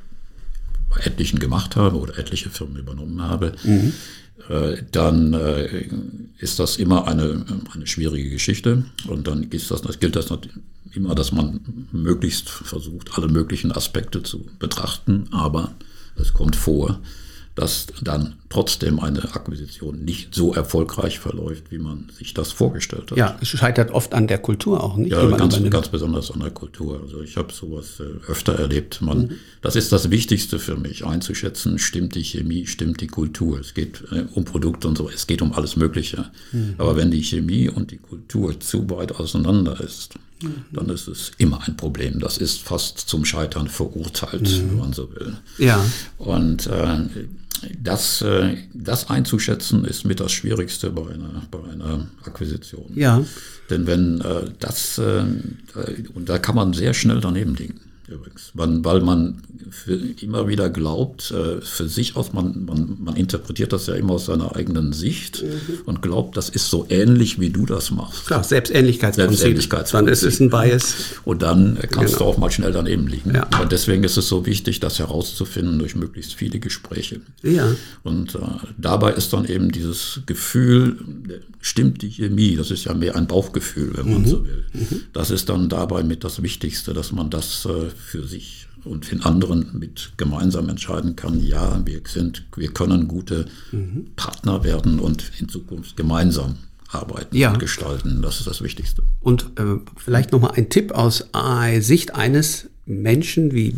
bei etlichen gemacht habe oder etliche Firmen übernommen habe, mhm. äh, dann äh, ist das immer eine, eine schwierige Geschichte. Und dann gilt das, das gilt das immer, dass man möglichst versucht, alle möglichen Aspekte zu betrachten. Aber es kommt vor, dass dann trotzdem eine Akquisition nicht so erfolgreich verläuft, wie man sich das vorgestellt hat. Ja, es scheitert oft an der Kultur auch, nicht? Ja, ganz, ganz besonders an der Kultur. Also ich habe sowas äh, öfter erlebt. Man, mhm. Das ist das Wichtigste für mich, einzuschätzen, stimmt die Chemie, stimmt die Kultur. Es geht äh, um Produkte und so, es geht um alles Mögliche. Mhm. Aber wenn die Chemie und die Kultur zu weit auseinander ist, mhm. dann ist es immer ein Problem. Das ist fast zum Scheitern verurteilt, mhm. wenn man so will. Ja. Und äh, Das, das einzuschätzen ist mit das Schwierigste bei einer, bei einer Akquisition. Ja. Denn wenn das, und da kann man sehr schnell daneben liegen, übrigens, man, weil man für immer wieder glaubt, für sich aus, man, man, man interpretiert das ja immer aus seiner eigenen Sicht mhm. und glaubt, das ist so ähnlich, wie du das machst. Klar, Selbstähnlichkeitsprinzip. Selbstähnlichkeitsprinzip. Dann ist es ein Bias. Und dann kannst genau. du auch mal schnell daneben liegen. Ja. Und deswegen ist es so wichtig, das herauszufinden durch möglichst viele Gespräche. Ja. Und äh, dabei ist dann eben dieses Gefühl, stimmt die Chemie, das ist ja mehr ein Bauchgefühl, wenn man mhm. so will. Mhm. Das ist dann dabei mit das Wichtigste, dass man das äh, für sich und den anderen mit gemeinsam entscheiden kann, ja, wir sind, wir können gute mhm. Partner werden und in Zukunft gemeinsam arbeiten ja. und gestalten. Das ist das Wichtigste. Und äh, vielleicht nochmal ein Tipp aus äh, Sicht eines Menschen wie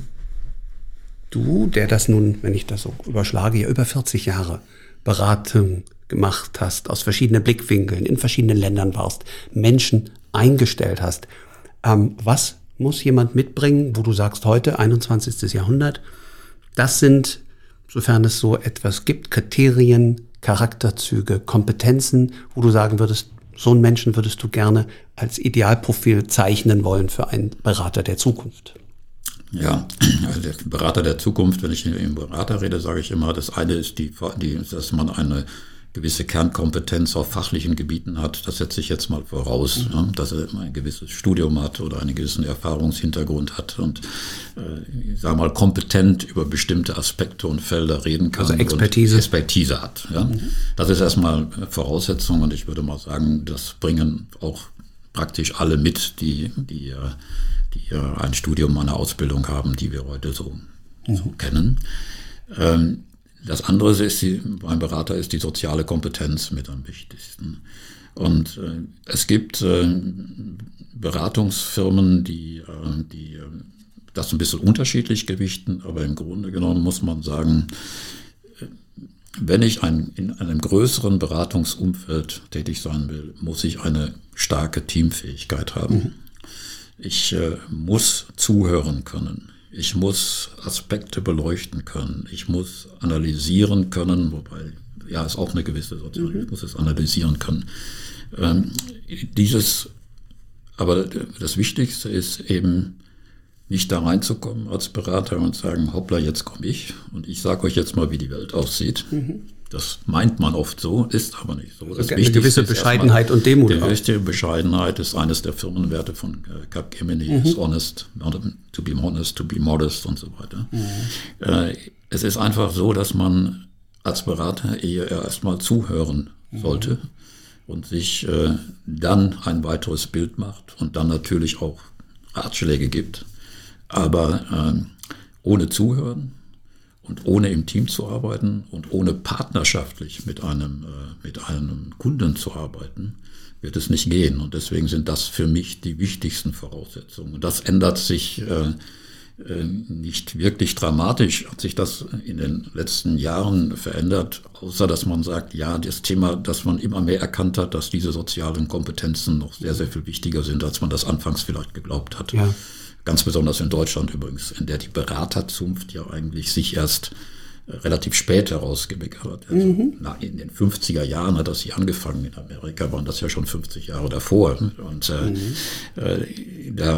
du, der das nun, wenn ich das so überschlage, ja über vierzig Jahre Beratung gemacht hast, aus verschiedenen Blickwinkeln, in verschiedenen Ländern warst, Menschen eingestellt hast. Ähm, was muss jemand mitbringen, wo du sagst, heute, einundzwanzigstes Jahrhundert, das sind, sofern es so etwas gibt, Kriterien, Charakterzüge, Kompetenzen, wo du sagen würdest, so einen Menschen würdest du gerne als Idealprofil zeichnen wollen für einen Berater der Zukunft? Ja, also der Berater der Zukunft, wenn ich im Berater rede, sage ich immer, das eine ist, die, die, dass man eine gewisse Kernkompetenz auf fachlichen Gebieten hat. Das setze ich jetzt mal voraus, mhm. ne, dass er ein gewisses Studium hat oder einen gewissen Erfahrungshintergrund hat und äh, ich sage mal kompetent über bestimmte Aspekte und Felder reden kann. Also Expertise. Und Expertise hat. Ja. Mhm. Das ist erstmal Voraussetzung und ich würde mal sagen, das bringen auch praktisch alle mit, die, die, die ein Studium, eine Ausbildung haben, die wir heute so, mhm. so kennen. Ähm, Das andere ist, die, beim Berater ist die soziale Kompetenz mit am wichtigsten. Und äh, es gibt äh, Beratungsfirmen, die, äh, die äh, das ein bisschen unterschiedlich gewichten, aber im Grunde genommen muss man sagen, äh, wenn ich ein, in einem größeren Beratungsumfeld tätig sein will, muss ich eine starke Teamfähigkeit haben. Mhm. Ich äh, muss zuhören können. Ich muss Aspekte beleuchten können. Ich muss analysieren können, wobei, ja, ist auch eine gewisse Sozialismus, mhm. ich muss es analysieren können. Ähm, dieses aber das Wichtigste ist eben, nicht da reinzukommen als Berater und sagen, hoppla, jetzt komme ich und ich sage euch jetzt mal, wie die Welt aussieht. Mhm. Das meint man oft so, ist aber nicht so. Das eine gewisse Bescheidenheit und Demut. Die gewisse Bescheidenheit ist eines der Firmenwerte von Capgemini, mhm. ist honest, to be honest, to be modest und so weiter. Mhm. Es ist einfach so, dass man als Berater eher erstmal zuhören sollte mhm. und sich dann ein weiteres Bild macht und dann natürlich auch Ratschläge gibt. Aber äh, ohne Zuhören und ohne im Team zu arbeiten und ohne partnerschaftlich mit einem, äh, mit einem Kunden zu arbeiten, wird es nicht gehen. Und deswegen sind das für mich die wichtigsten Voraussetzungen. Und das ändert sich äh, äh, nicht wirklich dramatisch, hat sich das in den letzten Jahren verändert, außer dass man sagt, ja, das Thema, dass man immer mehr erkannt hat, dass diese sozialen Kompetenzen noch sehr, sehr viel wichtiger sind, als man das anfangs vielleicht geglaubt hat. Ja. Ganz besonders in Deutschland übrigens, in der die Beraterzunft ja eigentlich sich erst relativ spät herausgebildet hat. Also mhm. na, in den fünfziger Jahren hat das hier angefangen. In Amerika waren das ja schon fünfzig Jahre davor. Und, äh, mhm. äh, da,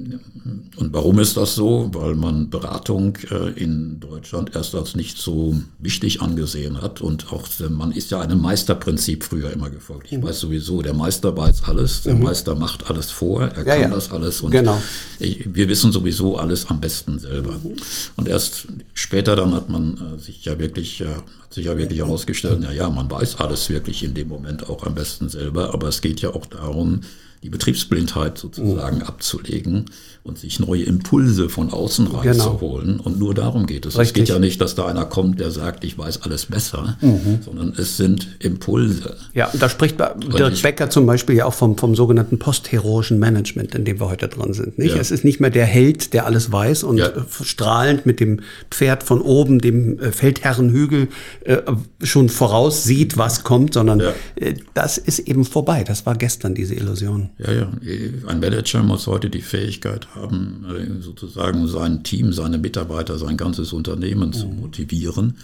und warum ist das so? Weil man Beratung äh, in Deutschland erst als nicht so wichtig angesehen hat. Und auch äh, man ist ja einem Meisterprinzip früher immer gefolgt. Ich mhm. weiß sowieso, der Meister weiß alles, der mhm. Meister macht alles vor, er kann ja, ja. das alles. Und genau. ich, wir wissen sowieso alles am besten selber. Mhm. Und erst später dann hat man äh, sich ja wirklich, äh, hat sich ja wirklich herausgestellt, na ja, man weiß alles wirklich in dem Moment auch am besten selber, aber es geht ja auch darum, die Betriebsblindheit sozusagen mhm. abzulegen und sich neue Impulse von außen reinzuholen. Genau. Und nur darum geht es. Richtig. Es geht ja nicht, dass da einer kommt, der sagt, ich weiß alles besser, mhm. sondern es sind Impulse. Ja, und da spricht Dirk ich, Becker zum Beispiel ja auch vom, vom sogenannten postheroischen Management, in dem wir heute dran sind. Nicht? Ja. Es ist nicht mehr der Held, der alles weiß und ja. strahlend mit dem Pferd von oben, dem Feldherrenhügel, äh, schon voraussieht, was kommt, sondern ja. äh, das ist eben vorbei. Das war gestern, diese Illusion. Ja, ja. Ein Manager muss heute die Fähigkeit haben, sozusagen sein Team, seine Mitarbeiter, sein ganzes Unternehmen mhm. zu motivieren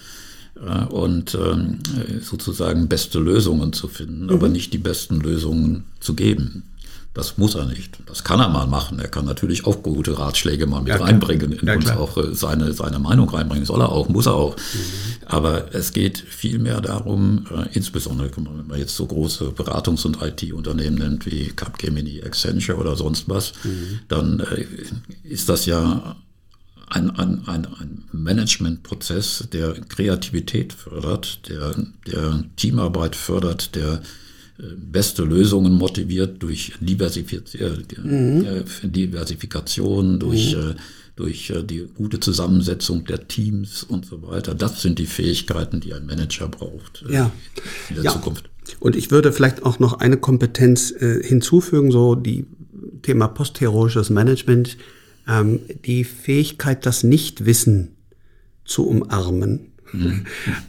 und sozusagen beste Lösungen zu finden, mhm. aber nicht die besten Lösungen zu geben. Das muss er nicht. Das kann er mal machen. Er kann natürlich auch gute Ratschläge mal mit ja, reinbringen ja, und auch seine, seine Meinung reinbringen. Soll er auch, muss er auch. Mhm. Aber es geht vielmehr darum, äh, insbesondere, wenn man jetzt so große Beratungs- und I T-Unternehmen nennt wie Capgemini, Accenture oder sonst was, mhm. dann äh, ist das ja ein, ein, ein, ein Managementprozess, der Kreativität fördert, der, der Teamarbeit fördert, der beste Lösungen motiviert durch Diversifikation, mhm. Diversifikation durch, mhm. durch die gute Zusammensetzung der Teams und so weiter. Das sind die Fähigkeiten, die ein Manager braucht ja. in der ja. Zukunft. Und ich würde vielleicht auch noch eine Kompetenz äh, hinzufügen, so die Thema postheroisches Management, ähm, die Fähigkeit, das Nichtwissen zu umarmen. Mhm.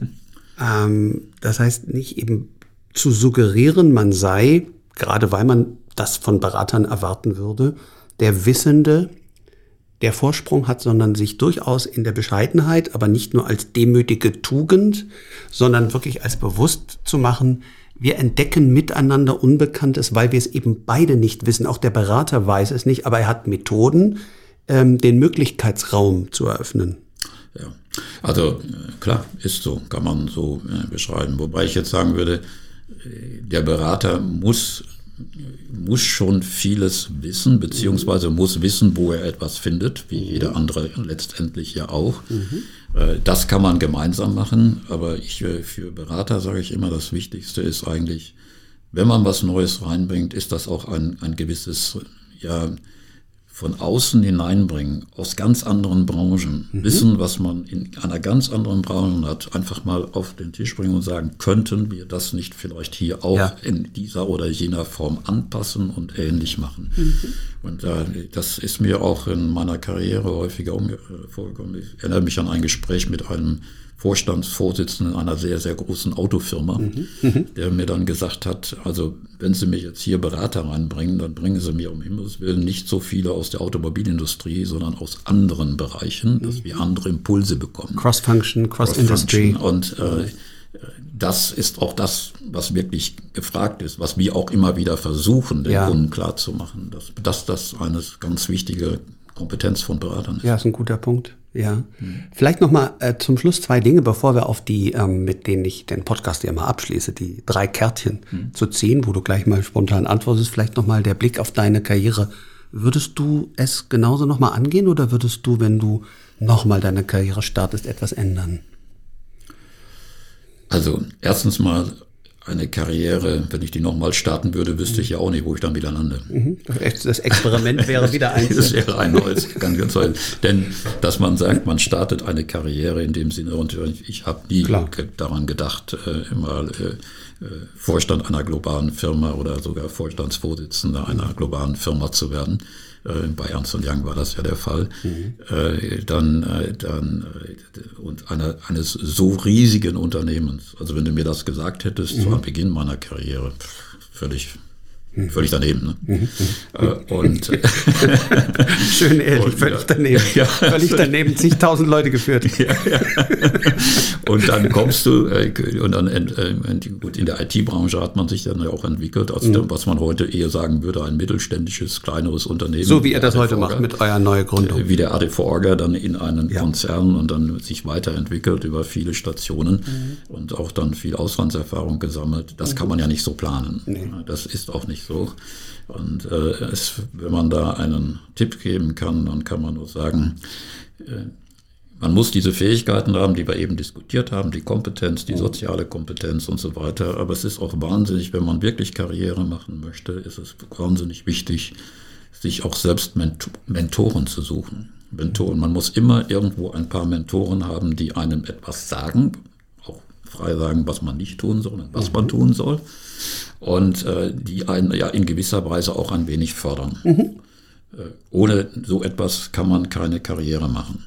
ähm, das heißt nicht eben zu suggerieren, man sei, gerade weil man das von Beratern erwarten würde, der Wissende, der Vorsprung hat, sondern sich durchaus in der Bescheidenheit, aber nicht nur als demütige Tugend, sondern wirklich als bewusst zu machen, wir entdecken miteinander Unbekanntes, weil wir es eben beide nicht wissen. Auch der Berater weiß es nicht, aber er hat Methoden, ähm, den Möglichkeitsraum zu eröffnen. Ja, also klar, ist so, kann man so äh, beschreiben. Wobei ich jetzt sagen würde, der Berater muss, muss schon vieles wissen, beziehungsweise muss wissen, wo er etwas findet, wie jeder andere letztendlich ja auch. Mhm. Das kann man gemeinsam machen, aber ich, für Berater sage ich immer, das Wichtigste ist eigentlich, wenn man was Neues reinbringt, ist das auch ein, ein gewisses, ja, von außen hineinbringen, aus ganz anderen Branchen, mhm. wissen, was man in einer ganz anderen Branche hat, einfach mal auf den Tisch bringen und sagen, könnten wir das nicht vielleicht hier auch ja. in dieser oder jener Form anpassen und ähnlich machen. Mhm. Und äh, das ist mir auch in meiner Karriere häufiger umge- vorgekommen. Ich erinnere mich an ein Gespräch mit einem Vorstandsvorsitzenden einer sehr, sehr großen Autofirma, mhm. der mir dann gesagt hat, also wenn Sie mir jetzt hier Berater reinbringen, dann bringen Sie mir um Himmels Willen nicht so viele aus der Automobilindustrie, sondern aus anderen Bereichen, dass wir andere Impulse bekommen. Cross-Function, Cross-Industry. Und äh, das ist auch das, was wirklich gefragt ist, was wir auch immer wieder versuchen, den ja. Kunden klarzumachen, dass, dass das eine ganz wichtige Kompetenz von Beratern ist. Ja, ist ein guter Punkt. Ja. Hm. Vielleicht nochmal äh, zum Schluss zwei Dinge, bevor wir auf die, ähm, mit denen ich den Podcast ja mal abschließe, die drei Kärtchen hm. zu ziehen, wo du gleich mal spontan antwortest. Vielleicht nochmal der Blick auf deine Karriere. Würdest du es genauso nochmal angehen oder würdest du, wenn du nochmal deine Karriere startest, etwas ändern? Also erstens mal eine Karriere, wenn ich die nochmal starten würde, wüsste ich ja auch nicht, wo ich dann wieder lande. Das Experiment wäre wieder eins. Das wäre ein neues, ganz, ganz neu. Denn, dass man sagt, man startet eine Karriere in dem Sinne, und ich habe nie Klar. daran gedacht, immer Vorstand einer globalen Firma oder sogar Vorstandsvorsitzender einer globalen Firma zu werden. Bei Ernst und Young war das ja der Fall. Mhm. Dann, dann und einer, eines so riesigen Unternehmens. Also wenn du mir das gesagt hättest, mhm. zu am Beginn meiner Karriere, völlig, mhm. völlig daneben. Ne? Mhm. Äh, und schön ehrlich, und, völlig daneben. Ja, völlig daneben, zigtausend Leute geführt. Ja, ja. Und dann kommst du, äh, und dann äh, gut, in der I T-Branche hat man sich dann ja auch entwickelt, als mhm. was man heute eher sagen würde, ein mittelständisches, kleineres Unternehmen. So wie ihr das heute macht mit eurer neuen Gründung. Wie der A D V Orga dann in einen ja. Konzern und dann sich weiterentwickelt über viele Stationen mhm. und auch dann viel Auslandserfahrung gesammelt. Das mhm. kann man ja nicht so planen. Nee. Das ist auch nicht so. Und äh, es, wenn man da einen Tipp geben kann, dann kann man nur sagen, äh, man muss diese Fähigkeiten haben, die wir eben diskutiert haben, die Kompetenz, die soziale Kompetenz und so weiter. Aber es ist auch wahnsinnig, wenn man wirklich Karriere machen möchte, ist es wahnsinnig wichtig, sich auch selbst Ment- Mentoren zu suchen. Mentoren. Man muss immer irgendwo ein paar Mentoren haben, die einem etwas sagen, auch frei sagen, was man nicht tun soll und was mhm. man tun soll. Und äh, die einen ja in gewisser Weise auch ein wenig fördern. Mhm. Äh, ohne so etwas kann man keine Karriere machen.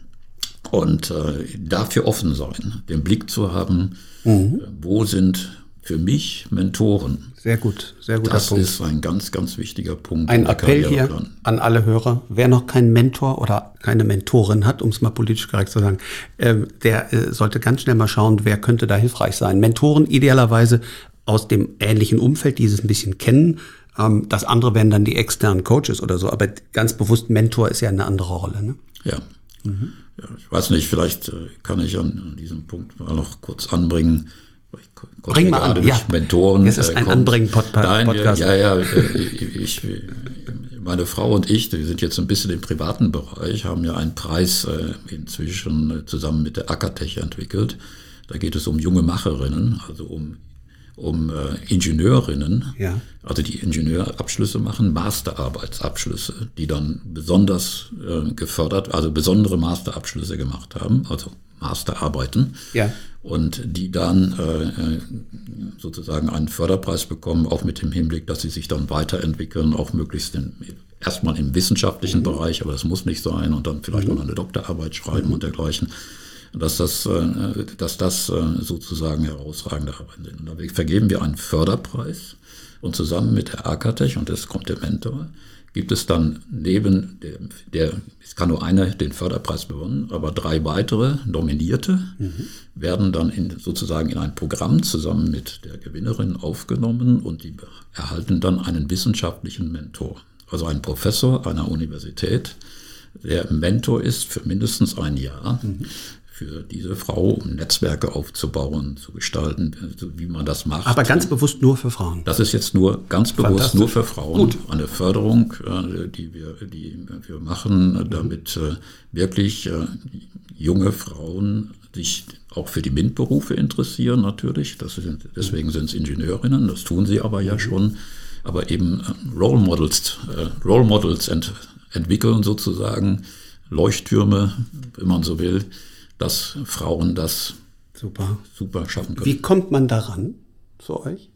Und äh, dafür offen sein, den Blick zu haben, mhm. wo sind für mich Mentoren. Sehr gut, sehr guter das Punkt. Das ist ein ganz, ganz wichtiger Punkt. Ein Appell hier an alle Hörer, wer noch keinen Mentor oder keine Mentorin hat, um es mal politisch korrekt zu sagen, äh, der äh, sollte ganz schnell mal schauen, wer könnte da hilfreich sein. Mentoren idealerweise aus dem ähnlichen Umfeld, die es ein bisschen kennen. Ähm, das andere wären dann die externen Coaches oder so, aber ganz bewusst Mentor ist ja eine andere Rolle. Ne? Ja. Mhm. Ja, ich weiß nicht, vielleicht kann ich an, an diesem Punkt mal noch kurz anbringen. Bring mal an, ja. Mentoren. Es ist ein Anbringen-Podcast. Ja, ja, ich, meine Frau und ich, wir sind jetzt ein bisschen im privaten Bereich, haben ja einen Preis inzwischen zusammen mit der Akatech entwickelt. Da geht es um junge Macherinnen, also um um äh, Ingenieurinnen, ja. also die Ingenieurabschlüsse machen, Masterarbeitsabschlüsse, die dann besonders äh, gefördert, also besondere Masterabschlüsse gemacht haben, also Masterarbeiten, ja. und die dann äh, sozusagen einen Förderpreis bekommen, auch mit dem Hinblick, dass sie sich dann weiterentwickeln, auch möglichst in, erstmal im wissenschaftlichen mhm. Bereich, aber das muss nicht sein, und dann vielleicht mhm. noch eine Doktorarbeit schreiben mhm. und dergleichen. Dass das, dass das sozusagen herausragende Arbeiten sind. Und da vergeben wir einen Förderpreis und zusammen mit der Akatech, und das kommt der Mentor, gibt es dann neben der, der es kann nur einer den Förderpreis bekommen, aber drei weitere Nominierte mhm. werden dann in, sozusagen in ein Programm zusammen mit der Gewinnerin aufgenommen, und die erhalten dann einen wissenschaftlichen Mentor, also einen Professor einer Universität, der Mentor ist für mindestens ein Jahr. Mhm. für diese Frau, um Netzwerke aufzubauen, zu gestalten, wie man das macht. Aber ganz bewusst nur für Frauen? Das ist jetzt nur ganz bewusst nur für Frauen. Gut. Eine Förderung, die wir, die wir machen, damit wirklich junge Frauen sich auch für die MINT-Berufe interessieren natürlich. Das sind, deswegen sind es Ingenieurinnen, das tun sie aber ja schon. Aber eben Role Models, Role Models ent, entwickeln sozusagen, Leuchttürme, wenn man so will, dass Frauen das super, super schaffen können. Wie kommt man daran zu euch?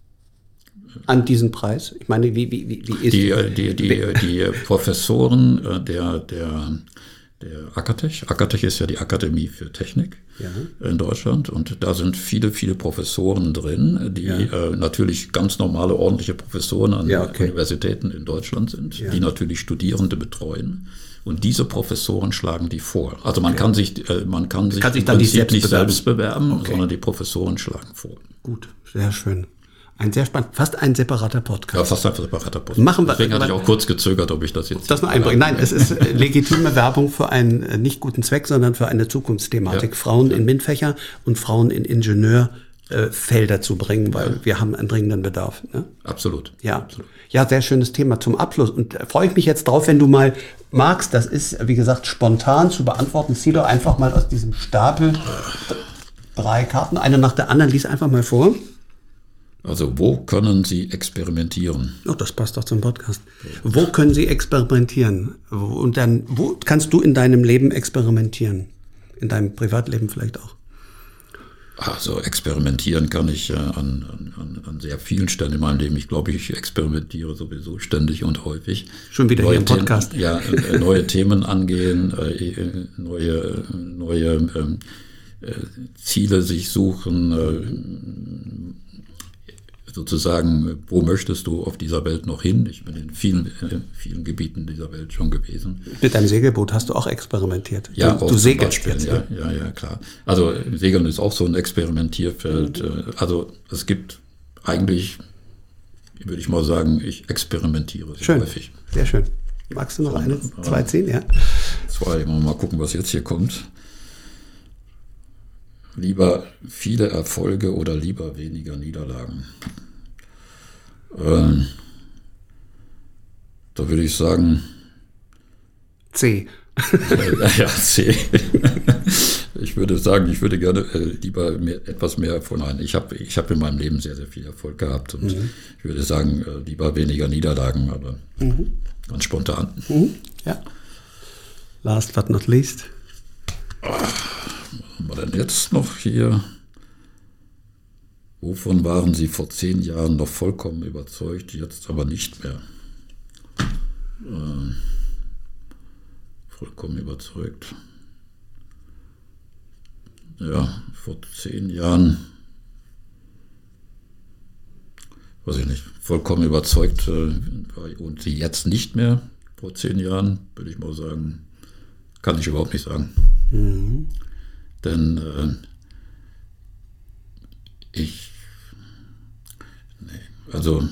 An diesen Preis? Ich meine, wie, wie, wie ist die, die, die, die Professoren der, der, der Akatech. Akatech ist ja die Akademie für Technik ja. in Deutschland und da sind viele, viele Professoren drin, die ja. äh, natürlich ganz normale, ordentliche Professoren an ja, okay. Universitäten in Deutschland sind, ja. die natürlich Studierende betreuen. Und diese Professoren schlagen die vor. Also man okay. kann sich, äh, man kann sich, kann sich im dann Prinzip selbst nicht bewerben. selbst bewerben, okay. sondern die Professoren schlagen vor. Gut, sehr schön. Ein sehr spannend, fast ein separater Podcast. Ja, fast ein separater Podcast. Machen wir, Deswegen hatte ich auch kurz gezögert, ob ich das jetzt... Das mal einbringen. Nein, es ist legitime Werbung für einen nicht guten Zweck, sondern für eine Zukunftsthematik. Ja. Frauen in MINT-Fächer und Frauen in Ingenieurfelder zu bringen, weil ja. wir haben einen dringenden Bedarf. Ne? Absolut. Ja. Absolut. Ja, sehr schönes Thema zum Abschluss. Und da freue ich mich jetzt drauf, wenn du mal magst, das ist, wie gesagt, spontan zu beantworten. Zieh doch einfach mal aus diesem Stapel drei Karten, eine nach der anderen. Lies einfach mal vor. Also wo können Sie experimentieren? Oh, das passt doch zum Podcast. Wo können Sie experimentieren? Und dann, wo kannst du in deinem Leben experimentieren? In deinem Privatleben vielleicht auch? Also experimentieren kann ich äh, an, an, an sehr vielen Stellen in meinem Leben. Ich glaube, ich experimentiere sowieso ständig und häufig. Schon wieder neue hier im Podcast. Themen, ja, äh, neue Themen angehen, äh, neue, neue äh, Ziele sich suchen, äh, sozusagen, wo möchtest du auf dieser Welt noch hin? Ich bin in vielen, äh, vielen Gebieten dieser Welt schon gewesen. Mit deinem Segelboot hast du auch experimentiert. Ja, du, du segelst jetzt. Ja, ja, ja, klar. Also Segeln ist auch so ein Experimentierfeld. Mhm. Also es gibt eigentlich, würde ich mal sagen, ich experimentiere sehr schön. häufig. Sehr schön. Magst du noch eine, zwei, zehn? Ja. Zwei, mal gucken, was jetzt hier kommt. Lieber viele Erfolge oder lieber weniger Niederlagen? Ähm, da würde ich sagen... C. Ja, C. Ich würde sagen, ich würde gerne äh, lieber mehr, etwas mehr Erfolg. Nein, ich habe ich hab in meinem Leben sehr, sehr viel Erfolg gehabt und mhm. ich würde sagen, äh, lieber weniger Niederlagen, aber mhm. ganz spontan. Mhm. Ja. Last but not least. Was haben wir denn jetzt noch hier? Wovon waren Sie vor zehn Jahren noch vollkommen überzeugt, jetzt aber nicht mehr? Äh, vollkommen überzeugt. Ja, vor zehn Jahren, weiß ich nicht, vollkommen überzeugt äh, und Sie jetzt nicht mehr vor zehn Jahren, würde ich mal sagen, kann ich überhaupt nicht sagen. Mhm. Denn äh, ich, nee, also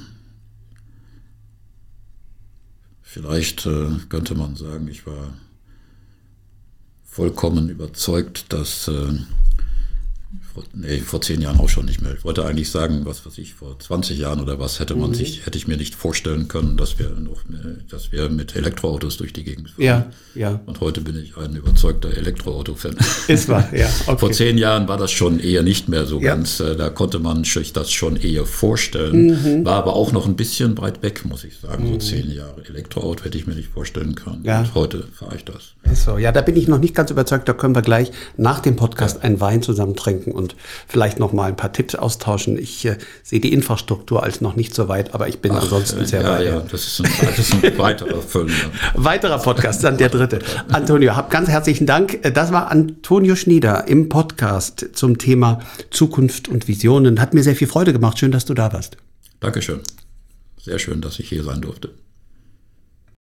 vielleicht äh, könnte man sagen, ich war vollkommen überzeugt, dass, äh, vor, nee, vor zehn Jahren auch schon nicht mehr. Ich wollte eigentlich sagen, was weiß ich, vor zwanzig Jahren oder was hätte man mhm. sich, hätte ich mir nicht vorstellen können, dass wir noch, dass wir mit Elektroautos durch die Gegend fahren. Ja, ja. Und heute bin ich ein überzeugter Elektroauto-Fan. Ist wahr, ja. Okay. Vor zehn Jahren war das schon eher nicht mehr so ja. ganz, da konnte man sich das schon eher vorstellen, mhm. war aber auch noch ein bisschen weit weg, muss ich sagen, mhm. so zehn Jahre. Elektroauto hätte ich mir nicht vorstellen können. Ja. Und heute fahre ich das. Ist so, ja, da bin ich noch nicht ganz überzeugt, da können wir gleich nach dem Podcast ja. einen Wein zusammen trinken und vielleicht noch mal ein paar Tipps austauschen. Ich äh, sehe die Infrastruktur als noch nicht so weit, aber ich bin Ach, ansonsten sehr ja, weit. Ja, das ist ein, das ist ein weiterer Film. Weiterer Podcast, dann der dritte. Antonio, hab ganz herzlichen Dank. Das war Antonio Schnieder im Podcast zum Thema Zukunft und Visionen. Hat mir sehr viel Freude gemacht. Schön, dass du da warst. Dankeschön. Sehr schön, dass ich hier sein durfte.